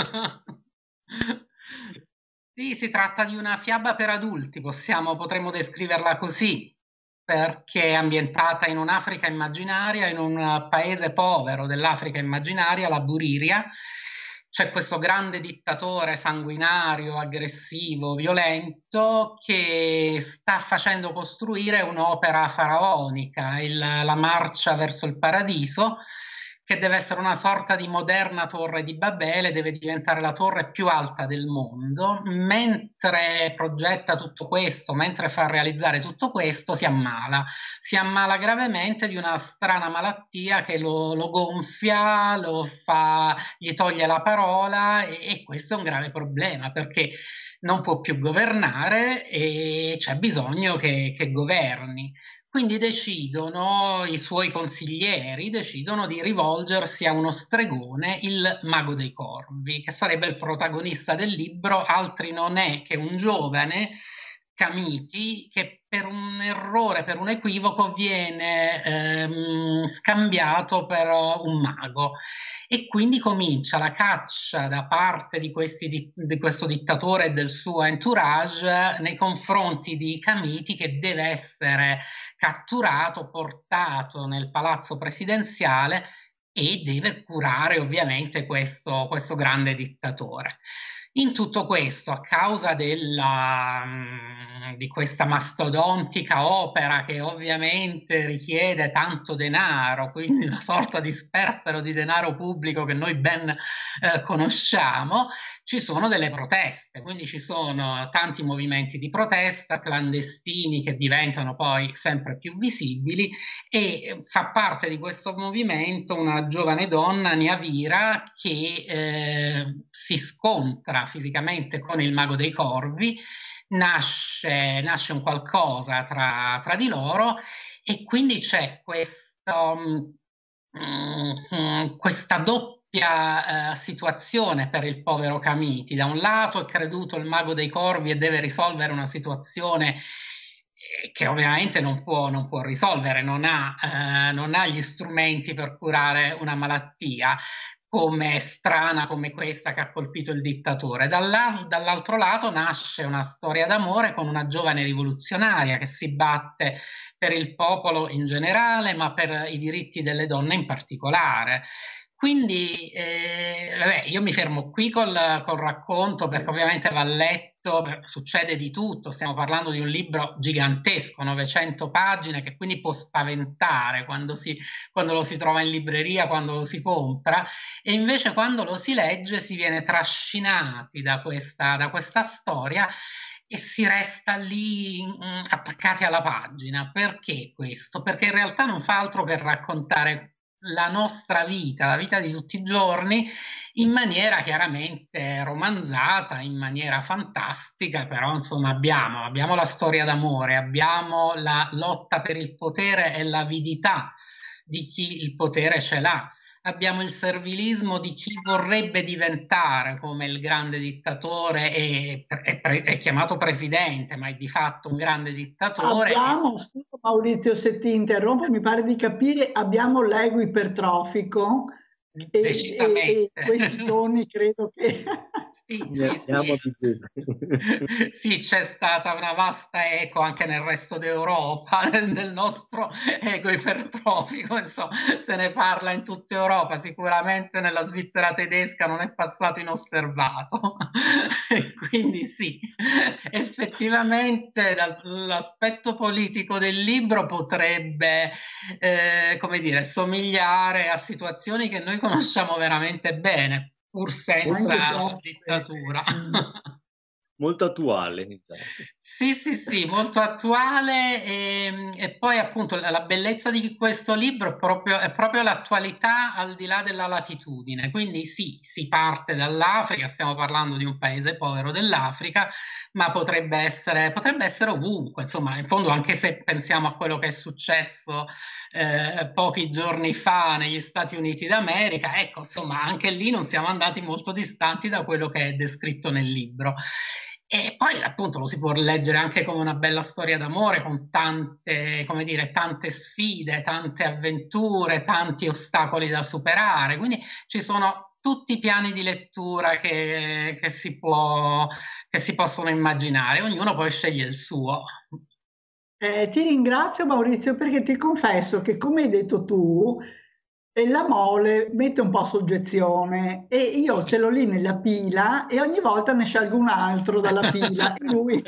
Sì, si tratta di una fiaba per adulti, possiamo, potremmo descriverla così, perché è ambientata in un'Africa immaginaria, in un paese povero dell'Africa immaginaria, la Buriria. C'è questo grande dittatore sanguinario, aggressivo, violento, che sta facendo costruire un'opera faraonica, il, la marcia verso il paradiso, che deve essere una sorta di moderna torre di Babele, deve diventare la torre più alta del mondo. Mentre progetta tutto questo, mentre fa realizzare tutto questo, si ammala. Si ammala gravemente di una strana malattia che lo, lo gonfia, lo fa, gli toglie la parola e, e questo è un grave problema perché non può più governare e c'è bisogno che, che governi. Quindi decidono, i suoi consiglieri decidono di rivolgersi a uno stregone, il mago dei corvi, che sarebbe il protagonista del libro, altri non è che un giovane Camiti, che per un errore, per un equivoco, viene ehm, scambiato per un mago. E quindi comincia la caccia da parte di, questi, di, di questo dittatore e del suo entourage nei confronti di Camiti, che deve essere catturato, portato nel palazzo presidenziale e deve curare ovviamente questo, questo grande dittatore. In tutto questo, a causa della, di questa mastodontica opera che ovviamente richiede tanto denaro, quindi una sorta di sperpero di denaro pubblico che noi ben eh, conosciamo, ci sono delle proteste, quindi ci sono tanti movimenti di protesta clandestini che diventano poi sempre più visibili, e fa parte di questo movimento una giovane donna, Niavira, che eh, si scontra fisicamente con il mago dei corvi. Nasce, nasce un qualcosa tra, tra di loro, e quindi c'è questo, um, questa doppia uh, situazione per il povero Camiti. Da un lato è creduto il mago dei corvi e deve risolvere una situazione che ovviamente non può, non può risolvere, non ha, eh, non ha gli strumenti per curare una malattia come strana come questa che ha colpito il dittatore. Dalla, dall'altro lato nasce una storia d'amore con una giovane rivoluzionaria che si batte per il popolo in generale, ma per i diritti delle donne in particolare. Quindi eh, vabbè, io mi fermo qui col, col racconto, perché ovviamente va letto, succede di tutto, stiamo parlando di un libro gigantesco, novecento pagine, che quindi può spaventare quando, si, quando lo si trova in libreria, quando lo si compra, e invece quando lo si legge si viene trascinati da questa, da questa storia e si resta lì mh, attaccati alla pagina. Perché questo? Perché in realtà non fa altro che raccontare la nostra vita, la vita di tutti i giorni, in maniera chiaramente romanzata, in maniera fantastica, però insomma abbiamo, abbiamo la storia d'amore, abbiamo la lotta per il potere e l'avidità di chi il potere ce l'ha. Abbiamo il servilismo di chi vorrebbe diventare come il grande dittatore e è, è, è chiamato presidente, ma è di fatto un grande dittatore. Abbiamo, scusa Maurizio se ti interrompo, mi pare di capire, abbiamo l'ego ipertrofico e, e, e questi giorni credo che... Sì, sì, sì. Sì, c'è stata una vasta eco anche nel resto d'Europa del nostro ego ipertrofico, insomma, se ne parla in tutta Europa, sicuramente nella Svizzera tedesca non è passato inosservato. E quindi sì, effettivamente l'aspetto politico del libro potrebbe, eh, come dire, somigliare a situazioni che noi conosciamo veramente bene, pur senza dittatura. Molto attuale. Sì, sì, sì, molto attuale e, e poi appunto la bellezza di questo libro è proprio, è proprio l'attualità al di là della latitudine. Quindi sì, si parte dall'Africa, stiamo parlando di un paese povero dell'Africa, ma potrebbe essere, potrebbe essere ovunque, insomma, in fondo anche se pensiamo a quello che è successo eh, pochi giorni fa negli Stati Uniti d'America, ecco, insomma, anche lì non siamo andati molto distanti da quello che è descritto nel libro. E poi appunto lo si può leggere anche come una bella storia d'amore con tante, come dire, tante sfide, tante avventure, tanti ostacoli da superare. Quindi ci sono tutti i piani di lettura che, che, si può, che si possono immaginare. Ognuno poi sceglie il suo. Eh, ti ringrazio Maurizio, perché ti confesso che, come hai detto tu, e la mole mette un po' a soggezione e io ce l'ho lì nella pila e ogni volta ne scelgo un altro dalla pila e lui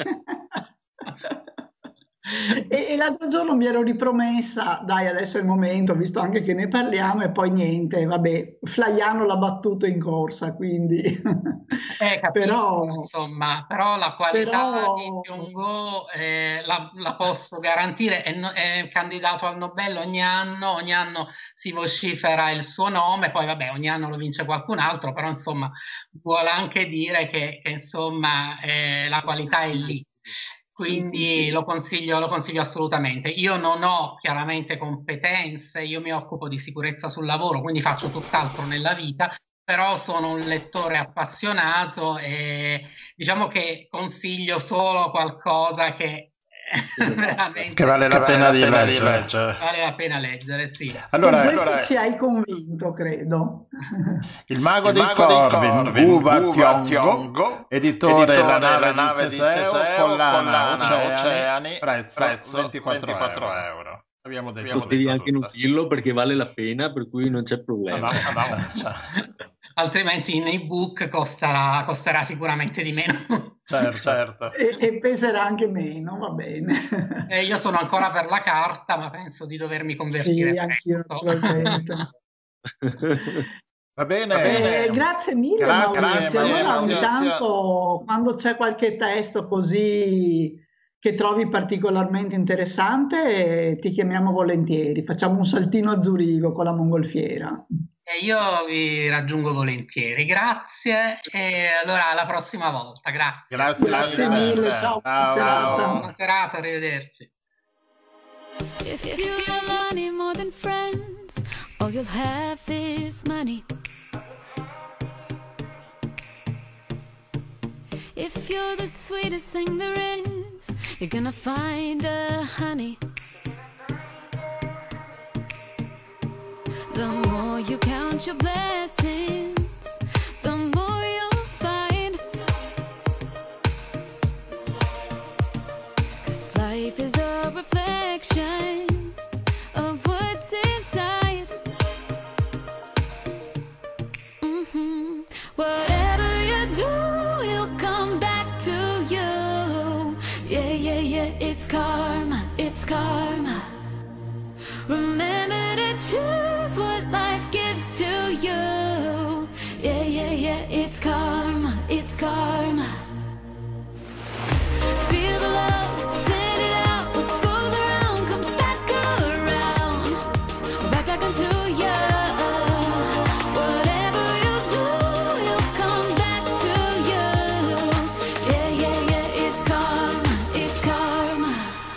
e, e l'altro giorno mi ero ripromessa, dai adesso è il momento, visto anche che ne parliamo, e poi niente, vabbè, Flaiano l'ha battuto in corsa, quindi eh, capisco, però, insomma, però la qualità però... di Byung-Go eh, la, la posso garantire, è, è candidato al Nobel ogni anno, ogni anno si vocifera il suo nome, poi vabbè ogni anno lo vince qualcun altro, però insomma vuole anche dire che, che insomma eh, la qualità è lì. Quindi sì, sì, sì. Lo consiglio, lo consiglio assolutamente. Io non ho chiaramente competenze, io mi occupo di sicurezza sul lavoro, quindi faccio tutt'altro nella vita, però sono un lettore appassionato e diciamo che consiglio solo qualcosa che veramente che vale la che pena, vale di, la pena leggere. di leggere. Vale la pena leggere, sì. Allora, Con questo allora, ci hai convinto, credo. Il mago, Il dei, mago dei Corvin, Corvin, Uva Uva Tiongo, Tiongo, editore, editore La nave, La nave di di Teseo, Teseo, collana, collana, oceani, oceani, prezzo, prezzo ventiquattro, ventiquattro euro. euro. Abbiamo detto, Potevi detto anche tutto. nutrirlo perché vale la pena, per cui non c'è problema. No, no, no, cioè. Altrimenti in ebook costerà, costerà sicuramente di meno. Certo, certo. E, e peserà anche meno, va bene. E io sono ancora per la carta, ma penso di dovermi convertire. Sì, anch'io naturalmente. Va bene. Va bene. Eh, grazie mille, grazie, Maurizio. Allora Maurizio. ogni tanto, quando c'è qualche testo così che trovi particolarmente interessante, ti chiamiamo volentieri. Facciamo un saltino a Zurigo con la mongolfiera. E io vi raggiungo volentieri. Grazie e allora alla prossima volta. Grazie. Grazie, grazie mille. Ciao, buona serata. Buona serata, arrivederci. If you love money more than friends, all you'll have is money. If you're the sweetest thing there is, you're gonna find a honey. The more you count your blessings, the more you'll find. 'Cause life is a reflection of what's inside. Mm-hmm. Whatever you do, you'll come back to you. Yeah, yeah, yeah, it's karma, it's karma. Remember to choose what life gives to you. Yeah, yeah, yeah, it's karma, it's karma. Feel the love, send it out. What goes around comes back around. Right back into you. Whatever you do, you'll come back to you. Yeah, yeah, yeah, it's karma, it's karma.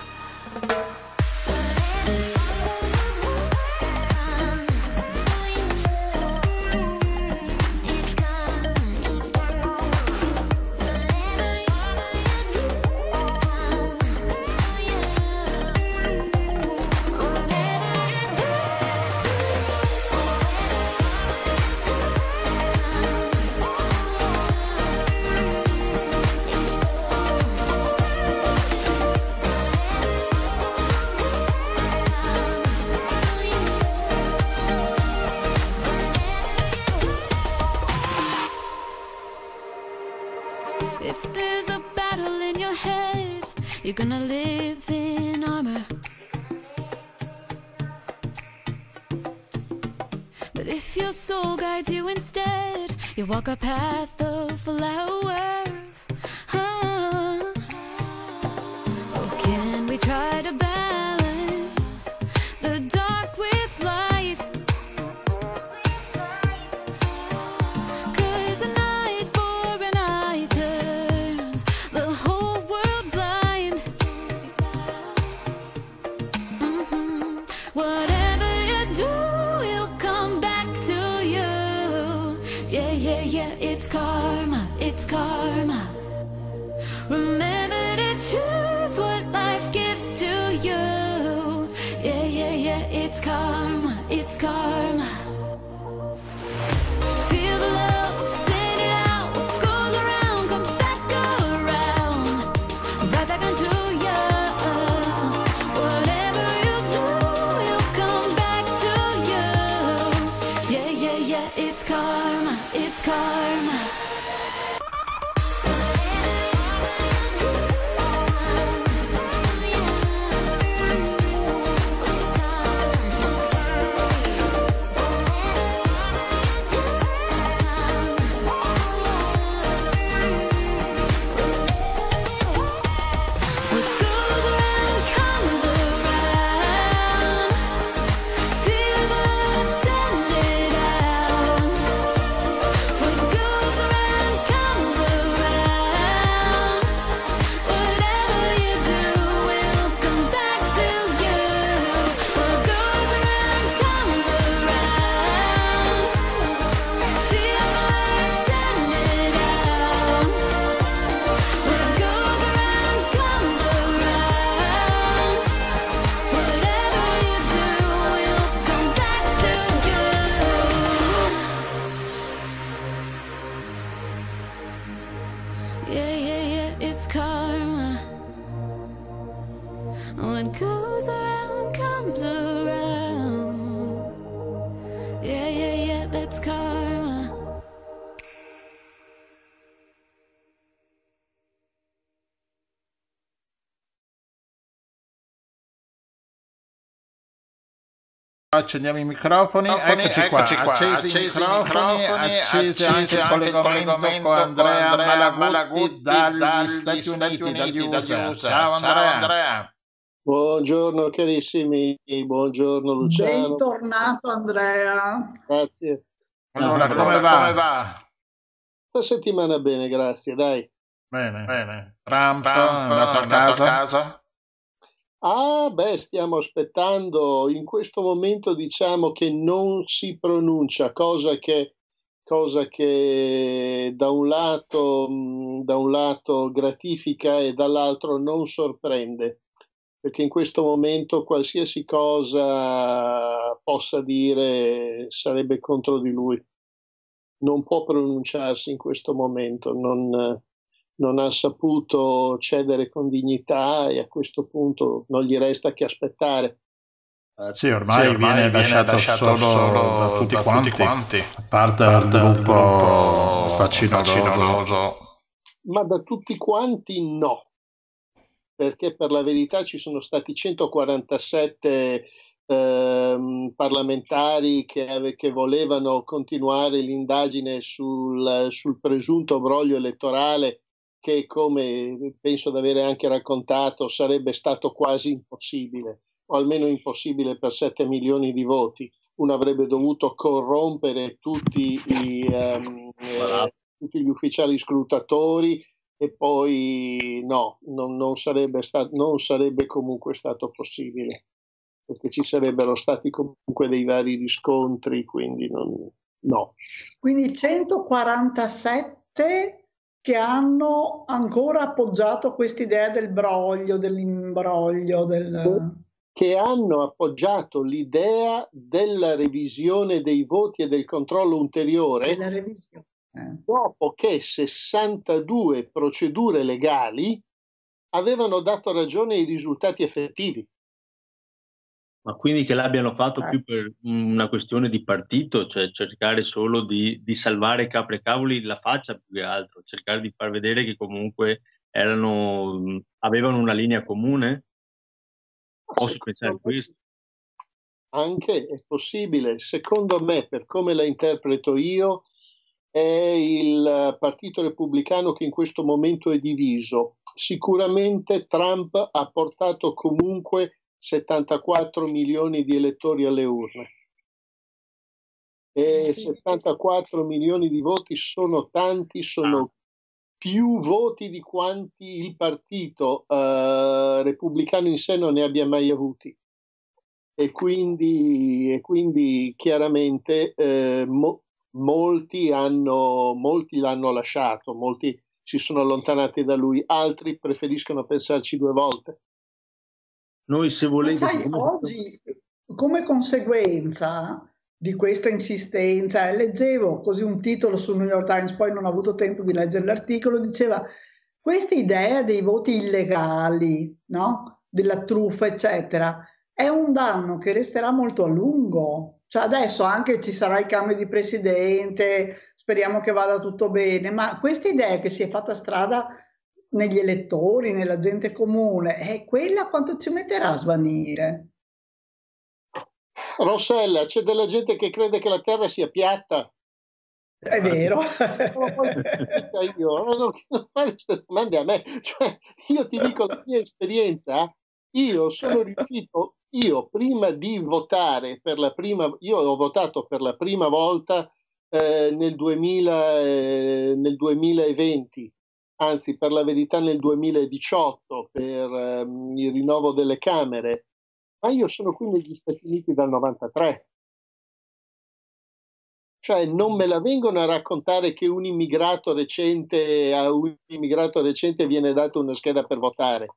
If there's a battle in your head, you're gonna live in armor. But if your soul guides you instead, you walk a path of flowers. Ah. Oh, can we try to balance the dark with light? 'Cause a night for an eye turns the whole world blind. Mhm. Whatever you do, you'll come back to you. Yeah, yeah, yeah, it's karma, it's karma. Remember to choose what life gives to you. Yeah, yeah, yeah, it's karma, it's karma. Feel the love, send it out. What goes around comes back around. Right back into you. Whatever you do, you'll come back to you. Yeah, yeah, yeah, it's karma, it's karma. What goes around comes around. Yeah, yeah, yeah, that's karma. Accendiamo i microfoni, eccoci, eccoci qua, qua. Accesi, accesi i microfoni, microfoni accesi anche il collegamento con Andrea, Andrea Malaguti dagli, dagli Stati, Stati Uniti, Uniti dagli U S A. Ciao Andrea. Ciao Andrea. Buongiorno carissimi, buongiorno Luciano. Bentornato Andrea. Grazie. Allora, allora come, va? come va? La settimana bene, grazie, dai. Bene, bene. Trump, Trump è andato a casa? A casa? Ah, beh, stiamo aspettando. In questo momento diciamo che non si pronuncia, cosa che, cosa che da un lato, da un lato gratifica e dall'altro non sorprende, perché in questo momento qualsiasi cosa possa dire sarebbe contro di lui. Non può pronunciarsi in questo momento, non... non ha saputo cedere con dignità e a questo punto non gli resta che aspettare. Sì, ormai, sì, ormai viene, viene lasciato, lasciato solo, solo da tutti, da quanti, tutti quanti, a parte il gruppo facinoroso. Ma da tutti quanti no, perché per la verità ci sono stati centoquarantasette eh, parlamentari che, che volevano continuare l'indagine sul, sul presunto broglio elettorale, che come penso di avere anche raccontato sarebbe stato quasi impossibile, o almeno impossibile per sette milioni di voti. Uno avrebbe dovuto corrompere tutti, i, um, eh, tutti gli ufficiali scrutatori e poi no, non, non, sarebbe stato, non sarebbe comunque stato possibile, perché ci sarebbero stati comunque dei vari riscontri, quindi non, no. Quindi centoquarantasette che hanno ancora appoggiato quest'idea del broglio, dell'imbroglio, del... che hanno appoggiato l'idea della revisione dei voti e del controllo ulteriore della revisione. Eh. dopo che sessantadue procedure legali avevano dato ragione ai risultati effettivi. Ma quindi che l'abbiano fatto eh. più per una questione di partito, cioè cercare solo di, di salvare capre e cavoli la faccia più che altro, cercare di far vedere che comunque erano, avevano una linea comune? Posso pensare a questo? Anche è possibile. Secondo me, per come la interpreto io, è il Partito Repubblicano che in questo momento è diviso. Sicuramente Trump ha portato comunque settantaquattro milioni di elettori alle urne e settantaquattro milioni di voti sono tanti, sono più voti di quanti il partito eh, repubblicano in sé non ne abbia mai avuti, e quindi, e quindi chiaramente eh, mo, molti hanno molti l'hanno lasciato, molti si sono allontanati da lui, altri preferiscono pensarci due volte. Noi se volete... Ma sai, oggi, come conseguenza di questa insistenza, leggevo così un titolo sul New York Times, poi non ho avuto tempo di leggere l'articolo, diceva questa idea dei voti illegali, no? Della truffa, eccetera, è un danno che resterà molto a lungo. Cioè adesso anche ci sarà il cambio di presidente, speriamo che vada tutto bene, ma questa idea che si è fatta strada negli elettori, nella gente comune, è quella quanto ci metterà a svanire? Rossella, c'è della gente che crede che la terra sia piatta. È vero. Io non fare queste domande a me. Cioè, io ti dico la mia esperienza, io sono riuscito, io prima di votare per la prima, io ho votato per la prima volta eh, nel, duemila, eh, nel duemilaventi, anzi per la verità nel duemiladiciotto per ehm, il rinnovo delle Camere, ma io sono qui negli Stati Uniti dal novantatré. Cioè non me la vengono a raccontare che un immigrato recente, a un immigrato recente viene data una scheda per votare.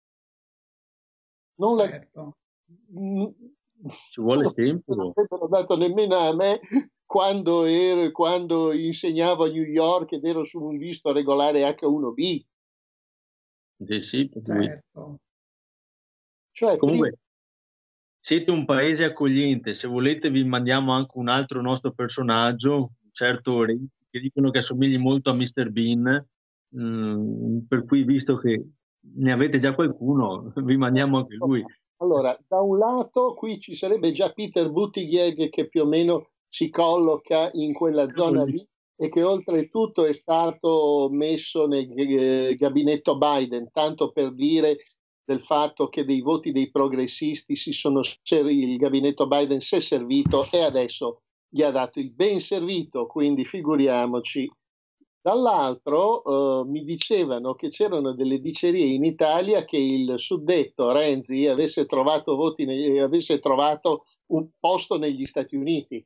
Non certo. la... Ci vuole tempo. Non l'avrebbero dato nemmeno a me quando, ero, quando insegnavo a New York ed ero su un visto regolare acca uno bi. Sì, sì, certo. Cioè, Comunque, siete un paese accogliente, se volete vi mandiamo anche un altro nostro personaggio, un certo Re, che dicono che assomigli molto a mister Bean, mm, per cui visto che ne avete già qualcuno, vi mandiamo anche lui. allora, da un lato qui ci sarebbe già Peter Buttigieg che più o meno si colloca in quella zona lì e che oltretutto è stato messo nel eh, gabinetto Biden, tanto per dire del fatto che dei voti dei progressisti si sono ser- il gabinetto Biden si è servito e adesso gli ha dato il ben servito, quindi figuriamoci. Dall'altro eh, mi dicevano che c'erano delle dicerie in Italia che il suddetto Renzi avesse trovato voti ne- avesse trovato un posto negli Stati Uniti.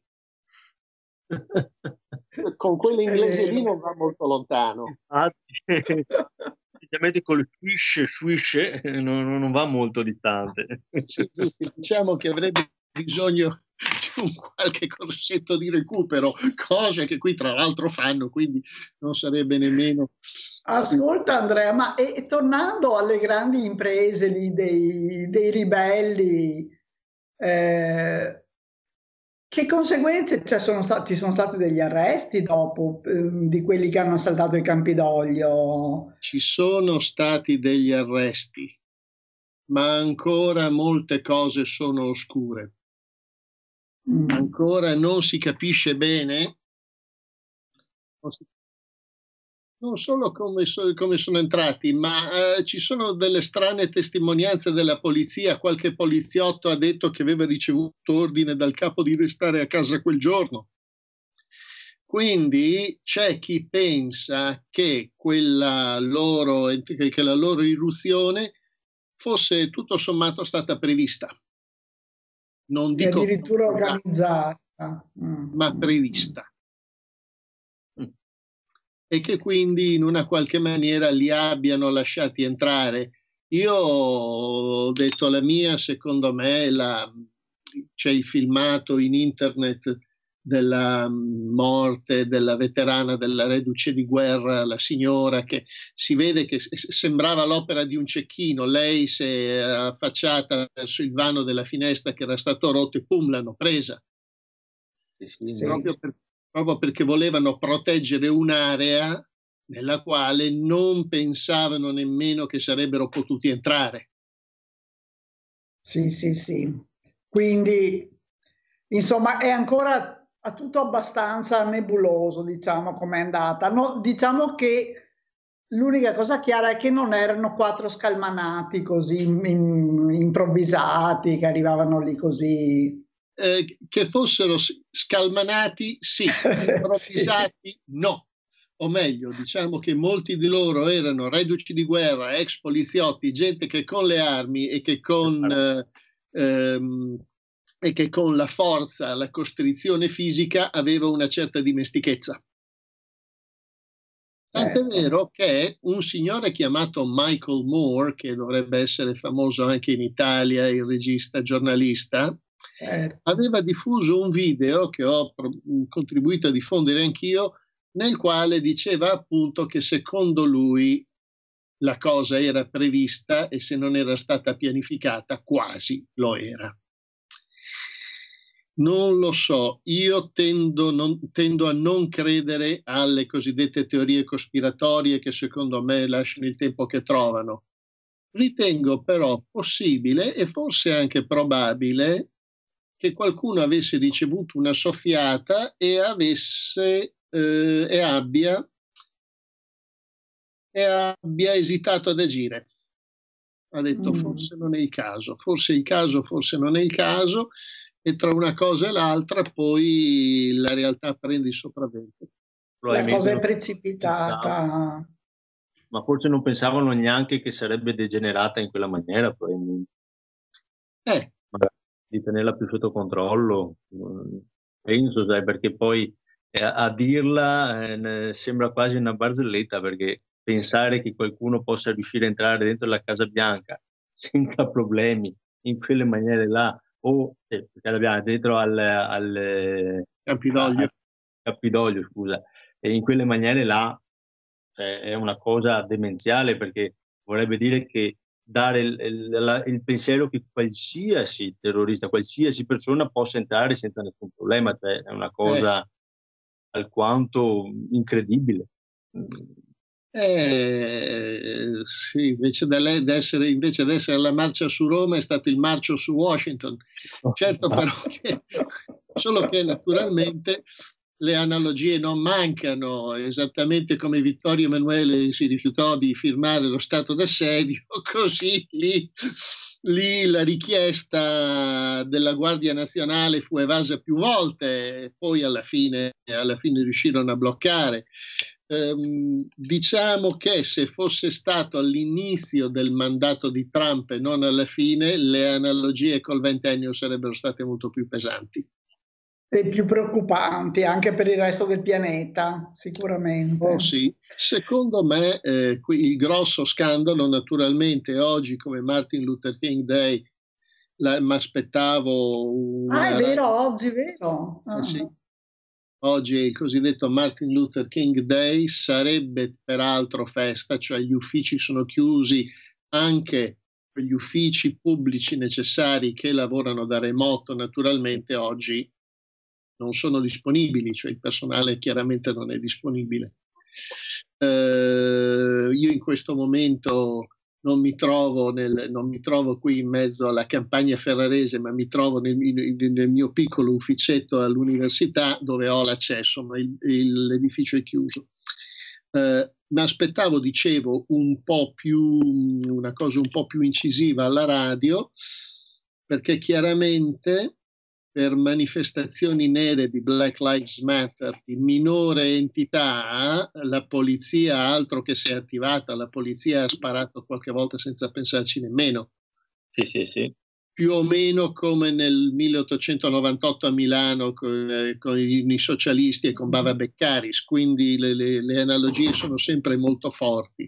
Con quell'inglese lì non va molto lontano. Infatti, specialmente col swish, swish eh, non, non va molto distante. Sì, sì, sì, diciamo che avrebbe bisogno di un qualche corsetto di recupero, cose che qui tra l'altro fanno, quindi non sarebbe nemmeno... Ascolta Andrea, ma e, e tornando alle grandi imprese lì dei, dei ribelli, eh, che conseguenze cioè, sono stati, ci sono stati degli arresti dopo eh, di quelli che hanno assaltato i Campidoglio? Ci sono stati degli arresti, ma ancora molte cose sono oscure. Mm. Ancora non si capisce bene non solo come, so, come sono entrati, ma eh, ci sono delle strane testimonianze della polizia. Qualche poliziotto ha detto che aveva ricevuto ordine dal capo di restare a casa quel giorno. Quindi c'è chi pensa che quella loro, che la loro irruzione fosse tutto sommato stata prevista. Non dico addirittura organizzata, ma prevista. E che quindi in una qualche maniera li abbiano lasciati entrare. Io ho detto la mia, secondo me la, c'è il filmato in internet della morte della veterana della reduce di guerra, la signora, che si vede che sembrava l'opera di un cecchino. Lei si è affacciata verso il vano della finestra che era stato rotto e pum, l'hanno presa. Sì, sì, sì. Proprio, per, proprio perché volevano proteggere un'area nella quale non pensavano nemmeno che sarebbero potuti entrare. Sì, sì, sì. Quindi, insomma, è ancora tutto abbastanza nebuloso, diciamo, com'è andata. No, diciamo che l'unica cosa chiara è che non erano quattro scalmanati così in, improvvisati, che arrivavano lì così. Eh, che fossero scalmanati, sì, improvvisati, sì. No. O meglio, diciamo che molti di loro erano reduci di guerra, ex poliziotti, gente che con le armi e che con, eh, ehm, e che con la forza, la costrizione fisica aveva una certa dimestichezza. Tant'è certo. Vero che un signore chiamato Michael Moore, che dovrebbe essere famoso anche in Italia, il regista giornalista, certo. Aveva diffuso un video che ho contribuito a diffondere anch'io, nel quale diceva appunto che secondo lui la cosa era prevista e se non era stata pianificata quasi lo era. Non lo so, io tendo, non, tendo a non credere alle cosiddette teorie cospiratorie che secondo me lasciano il tempo che trovano. Ritengo però possibile e forse anche probabile che qualcuno avesse ricevuto una soffiata e avesse eh, e abbia e abbia esitato ad agire. Ha detto mm. forse non è il caso, forse è il caso, forse non è il caso, e tra una cosa e l'altra poi la realtà prende il sopravvento. La cosa è precipitata. Ma forse non pensavano neanche che sarebbe degenerata in quella maniera, probabilmente. Eh. Di tenerla più sotto controllo, penso, sai, perché poi eh, a dirla eh, sembra quasi una barzelletta, perché pensare che qualcuno possa riuscire a entrare dentro la Casa Bianca senza problemi in quelle maniere là, o eh, dentro al, al Campidoglio, al Campidoglio, scusa, e in quelle maniere là cioè, è una cosa demenziale, perché vorrebbe dire che dare il, il, la, il pensiero che qualsiasi terrorista, qualsiasi persona possa entrare senza nessun problema, cioè è una cosa eh. alquanto incredibile. Eh, sì, invece d'essere, invece d'essere la marcia su Roma è stato il marcio su Washington. Certo, però, che, solo che naturalmente le analogie non mancano, esattamente come Vittorio Emanuele si rifiutò di firmare lo stato d'assedio, così lì, lì la richiesta della Guardia Nazionale fu evasa più volte, poi alla fine, alla fine riuscirono a bloccare. Um, diciamo che se fosse stato all'inizio del mandato di Trump e non alla fine, le analogie col ventennio sarebbero state molto più pesanti e più preoccupanti anche per il resto del pianeta, sicuramente. Oh, sì. Secondo me eh, qui il grosso scandalo, naturalmente oggi come Martin Luther King Day mi aspettavo una... ah è vero, oggi vero ah. eh, sì. Oggi è il cosiddetto Martin Luther King Day, sarebbe peraltro festa, cioè gli uffici sono chiusi, anche gli uffici pubblici necessari che lavorano da remoto naturalmente oggi non sono disponibili, cioè il personale chiaramente non è disponibile. Eh, io in questo momento non mi trovo nel, non mi trovo qui in mezzo alla campagna ferrarese, ma mi trovo nel, nel mio piccolo ufficetto all'università dove ho l'accesso, ma il, il, l'edificio è chiuso. Eh, mi aspettavo, dicevo, un po' più, una cosa un po' più incisiva alla radio, perché chiaramente per manifestazioni nere di Black Lives Matter di minore entità, la polizia altro che si è attivata, la polizia ha sparato qualche volta senza pensarci nemmeno. Sì, sì, sì. Più o meno come nel milleottocentonovantotto a Milano con, eh, con i, i socialisti e con Bava Beccaris, quindi le, le, le analogie sono sempre molto forti.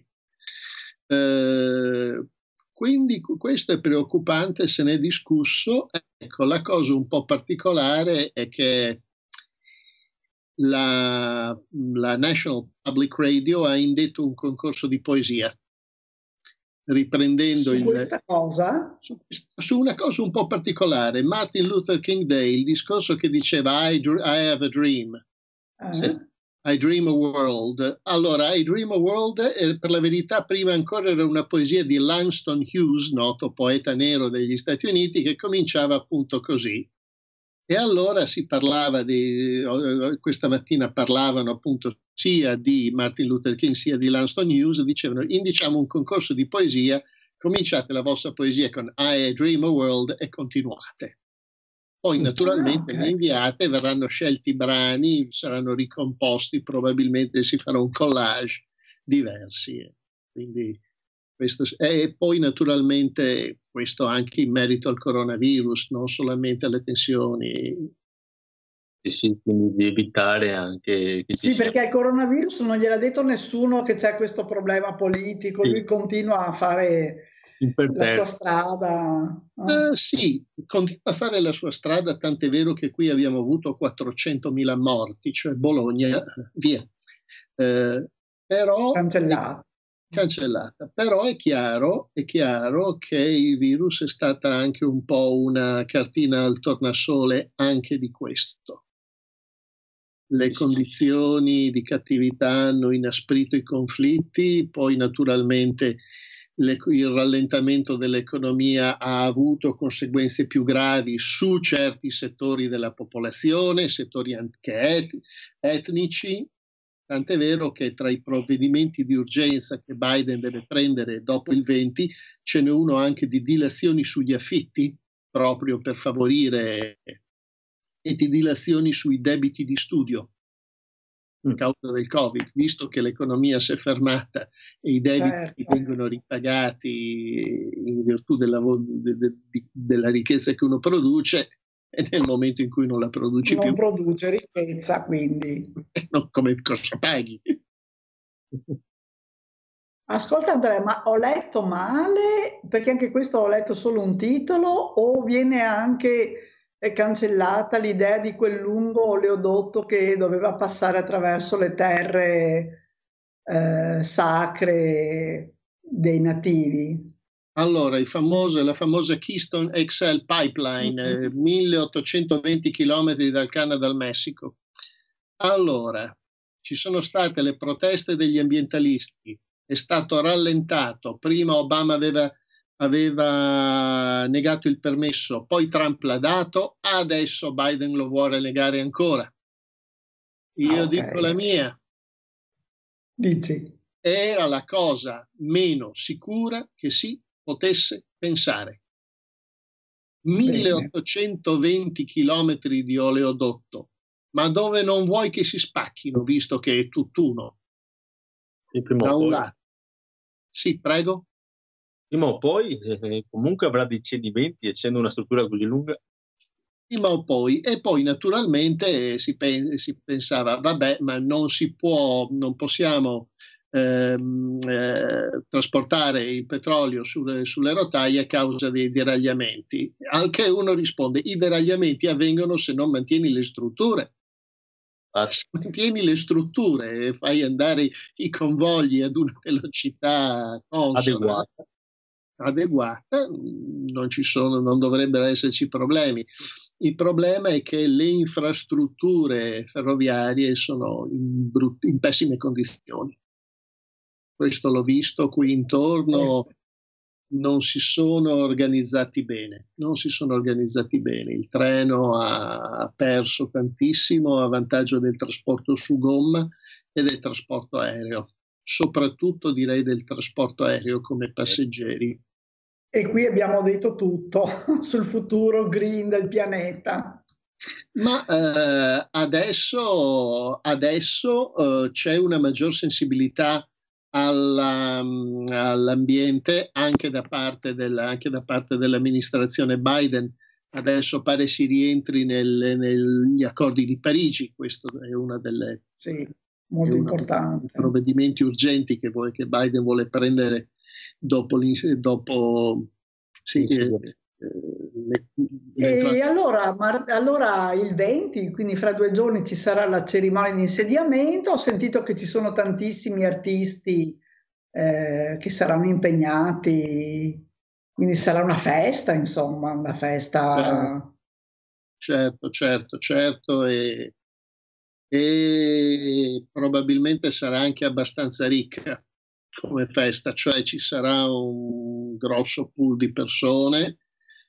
Eh, Quindi questo è preoccupante, se ne è discusso. Ecco, la cosa un po' particolare è che la, la National Public Radio ha indetto un concorso di poesia, riprendendo su il, questa cosa? Su, su una cosa un po' particolare. Martin Luther King Day, il discorso che diceva I, I have a dream. Uh-huh. Sì. I Dream a World. Allora, I Dream a World, eh, per la verità, prima ancora era una poesia di Langston Hughes, noto poeta nero degli Stati Uniti, che cominciava appunto così. E allora si parlava di, questa mattina parlavano appunto sia di Martin Luther King sia di Langston Hughes, dicevano indiciamo un concorso di poesia, cominciate la vostra poesia con I Dream a World e continuate. Poi naturalmente okay. le inviate, verranno scelti i brani, saranno ricomposti, probabilmente si farà un collage diversi. Quindi questo, e poi naturalmente questo anche in merito al coronavirus, non solamente alle tensioni. Sì, sì, quindi di evitare anche... Che sì, perché al coronavirus non gliel'ha detto nessuno che c'è questo problema politico, sì. Lui continua a fare... la sua strada. Uh, sì, continua a fare la sua strada, tant'è vero che qui abbiamo avuto quattrocentomila morti, cioè Bologna, via. Uh, però, cancellata. cancellata. Però è chiaro, è chiaro che il virus è stata anche un po' una cartina al tornasole anche di questo. Le condizioni di cattività hanno inasprito i conflitti, poi naturalmente Le, il rallentamento dell'economia ha avuto conseguenze più gravi su certi settori della popolazione, settori anche et, etnici, tant'è vero che tra i provvedimenti di urgenza che Biden deve prendere dopo il venti ce n'è uno anche di dilazioni sugli affitti, proprio per favorire, e di dilazioni sui debiti di studio a causa del Covid, visto che l'economia si è fermata e i debiti certo. vengono ripagati in virtù della, de, de, de, della ricchezza che uno produce, e nel momento in cui non la produci non più. Non produce ricchezza, quindi. No, come cosa paghi? Ascolta Andrea, ma ho letto male? Perché anche questo ho letto solo un titolo, o viene anche... è cancellata l'idea di quel lungo oleodotto che doveva passare attraverso le terre eh, sacre dei nativi? Allora, il famoso, la famosa Keystone X L Pipeline, eh, milleottocentoventi chilometri dal Canada al Messico. Allora, ci sono state le proteste degli ambientalisti, è stato rallentato, prima Obama aveva, aveva negato il permesso, poi Trump l'ha dato, adesso Biden lo vuole negare ancora. Io Ah, ok. dico la mia. Dici? Era la cosa meno sicura che si potesse pensare. milleottocentoventi chilometri di oleodotto, ma dove non vuoi che si spacchino, visto che è tutt'uno. Sì, prima Da o un poi, lato. Sì, prego. prima o poi eh, comunque avrà dei cedimenti, essendo una struttura così lunga. Prima o poi, e poi naturalmente si, pen- si pensava, vabbè, ma non si può, non possiamo ehm, eh, trasportare il petrolio sulle, sulle rotaie a causa dei deragliamenti. Anche uno risponde, i deragliamenti avvengono se non mantieni le strutture. Se mantieni le strutture e fai andare i convogli ad una velocità consona, Adeguata. adeguata, non ci sono, non dovrebbero esserci problemi. Il problema è che le infrastrutture ferroviarie sono in, brut- in pessime condizioni. Questo l'ho visto qui intorno, non si sono organizzati bene, non si sono organizzati bene. Il treno ha perso tantissimo a vantaggio del trasporto su gomma e del trasporto aereo, soprattutto direi del trasporto aereo come passeggeri. E qui abbiamo detto tutto sul futuro green del pianeta. Ma eh, adesso, adesso eh, c'è una maggior sensibilità alla, all'ambiente anche da parte della, anche da parte dell'amministrazione Biden. Adesso pare si rientri nel, negli accordi di Parigi, questo è una delle Sì, molto è uno importante. dei provvedimenti urgenti che, vuole, che Biden vuole prendere dopo, dopo sì, eh, eh, E allora, ma, allora il venti, quindi fra due giorni ci sarà la cerimonia di insediamento. Ho sentito che ci sono tantissimi artisti eh, che saranno impegnati, quindi sarà una festa, insomma, una festa. Certo, certo, certo, e, e probabilmente sarà anche abbastanza ricca come festa, cioè ci sarà un grosso pool di persone,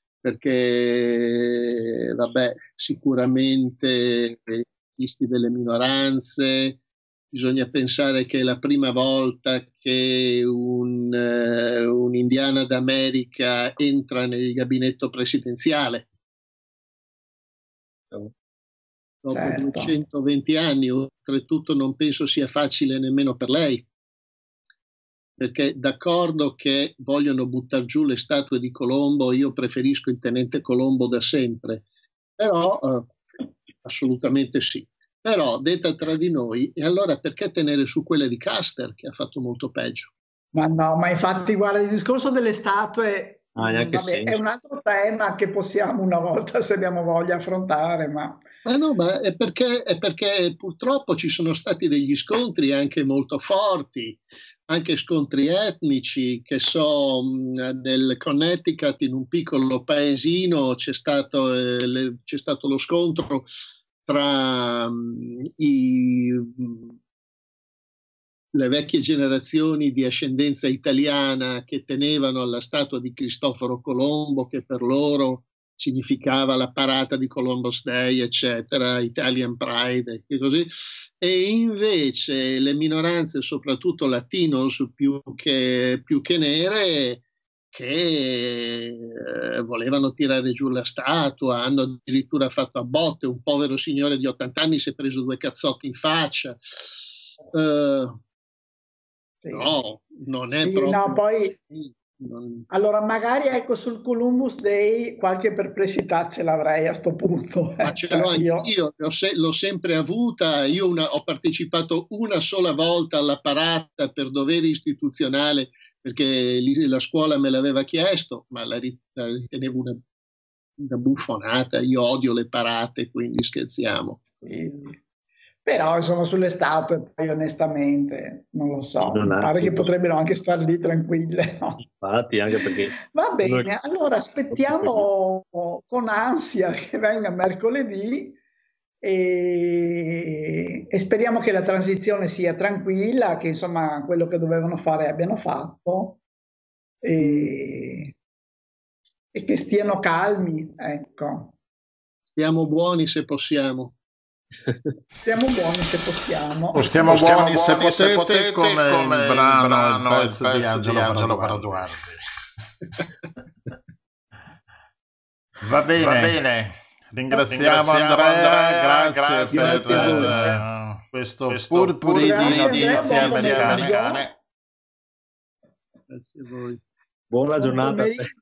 perché vabbè, sicuramente gli artisti delle minoranze, bisogna pensare che è la prima volta che un, uh, un Indiana d'America entra nel gabinetto presidenziale. Dopo Certo. duecentoventi anni, oltretutto non penso sia facile nemmeno per lei, perché d'accordo che vogliono buttare giù le statue di Colombo, io preferisco il tenente Colombo da sempre, però eh, assolutamente sì. Però detta tra di noi, e allora perché tenere su quella di Custer che ha fatto molto peggio? Ma no, ma infatti guarda, il discorso delle statue Ah, neanche vabbè, è senso. un altro tema che possiamo una volta, se abbiamo voglia, affrontare, ma Ma no, ma è perché, è perché purtroppo ci sono stati degli scontri anche molto forti, anche scontri etnici, che so, mh, nel Connecticut, in un piccolo paesino, c'è stato, eh, le- c'è stato lo scontro tra mh, i, mh, le vecchie generazioni di ascendenza italiana che tenevano alla statua di Cristoforo Colombo, che per loro significava la parata di Columbus Day, eccetera, Italian Pride e così, e invece le minoranze, soprattutto latinos più che, più che nere, che eh, volevano tirare giù la statua, hanno addirittura fatto a botte, un povero signore di ottanta anni si è preso due cazzotti in faccia. Uh, sì. No, non è Sì, proprio... no, poi non... allora magari ecco sul Columbus Day qualche perplessità ce l'avrei a sto punto. Ma eh, ce cioè, l'ho anche io- io, l'ho, se- l'ho sempre avuta. Io una- ho partecipato una sola volta alla parata per dovere istituzionale, perché lì la scuola me l'aveva chiesto, ma la, rit- la ritenevo una, una buffonata. Io odio le parate, quindi scherziamo. Sì. Però insomma sulle statue poi onestamente non lo so, Sì, non mi ha pare che tutto. potrebbero anche star lì tranquille, no? Infatti, anche perché Va bene, allora aspettiamo con ansia che venga mercoledì e, e speriamo che la transizione sia tranquilla, che insomma quello che dovevano fare abbiano fatto e, e che stiano calmi, ecco. Stiamo buoni se possiamo. Stiamo buoni se possiamo. O stiamo, stiamo buoni, buoni se, potete, se potete, come, come il brano, brano il pezzo, il pezzo di Angelo Paraduardi. Va bene, va bene. Ringraziamo, Ringraziamo Andrea, Andrea, grazie, grazie per uh, questo, questo purpurri di notizie americane. Grazie a voi. Buona giornata.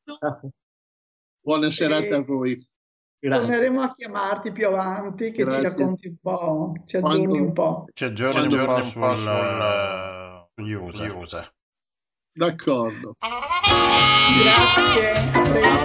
Buona serata a voi. Grazie. Torneremo a chiamarti più avanti che Grazie. ci racconti un po', ci aggiorni Quando... un po'. Ci aggiorni un, un po' sul, sul, sugli usa. usa. D'accordo. Grazie, a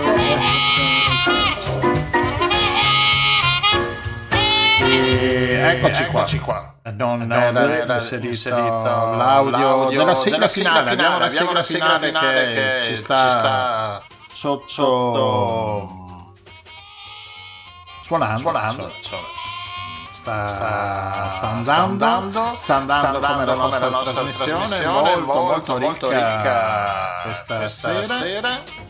e eccoci, eccoci qua. qua. Non, non era, era inserito, inserito l'audio, l'audio della sigla, della sigla finale. Abbiamo una sigla, sigla finale che, che ci sta, ci sta sotto... sotto... Suonando, suonando, insomma. Sta, sta, sta, andando, sta andando, sta andando, sta andando come la nostra, la nostra trasmissione, trasmissione molto, molto, molto ricca, ricca questa, questa sera. sera.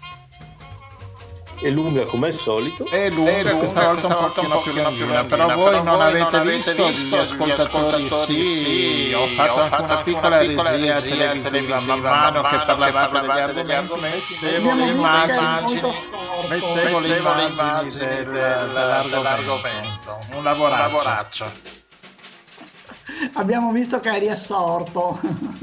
È lunga come al solito. È lunga, è lunga questa volta un pochino più lunghina, però voi però non avete non visto, visto gli ascoltatori, sì, sì, ho fatto anche una piccola regia, regia televisiva, man mano che parlavate degli argomenti, mettevo le immagini, mettevo le immagini dell'argomento, un lavoraccio. Abbiamo visto che hai riassorto.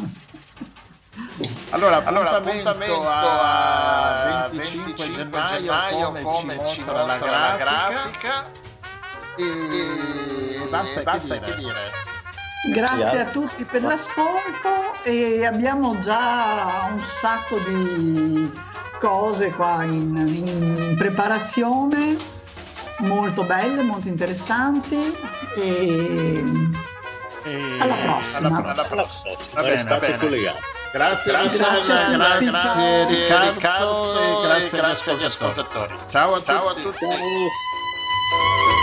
Allora, allora appuntamento a venticinque gennaio, come, come ci mostra la grafica, grafica e, e basta, basta che dire. Grazie a tutti per l'ascolto e abbiamo già un sacco di cose qua in, in preparazione, molto belle, molto interessanti e, e alla prossima. Alla, alla prossima. Va bene, va bene. Collegato. Grazie, grazie, grazie, grazie, grazie Riccardo, Riccardo e grazie, grazie agli ascoltatori. Ciao a, ciao a tutti. Ciao.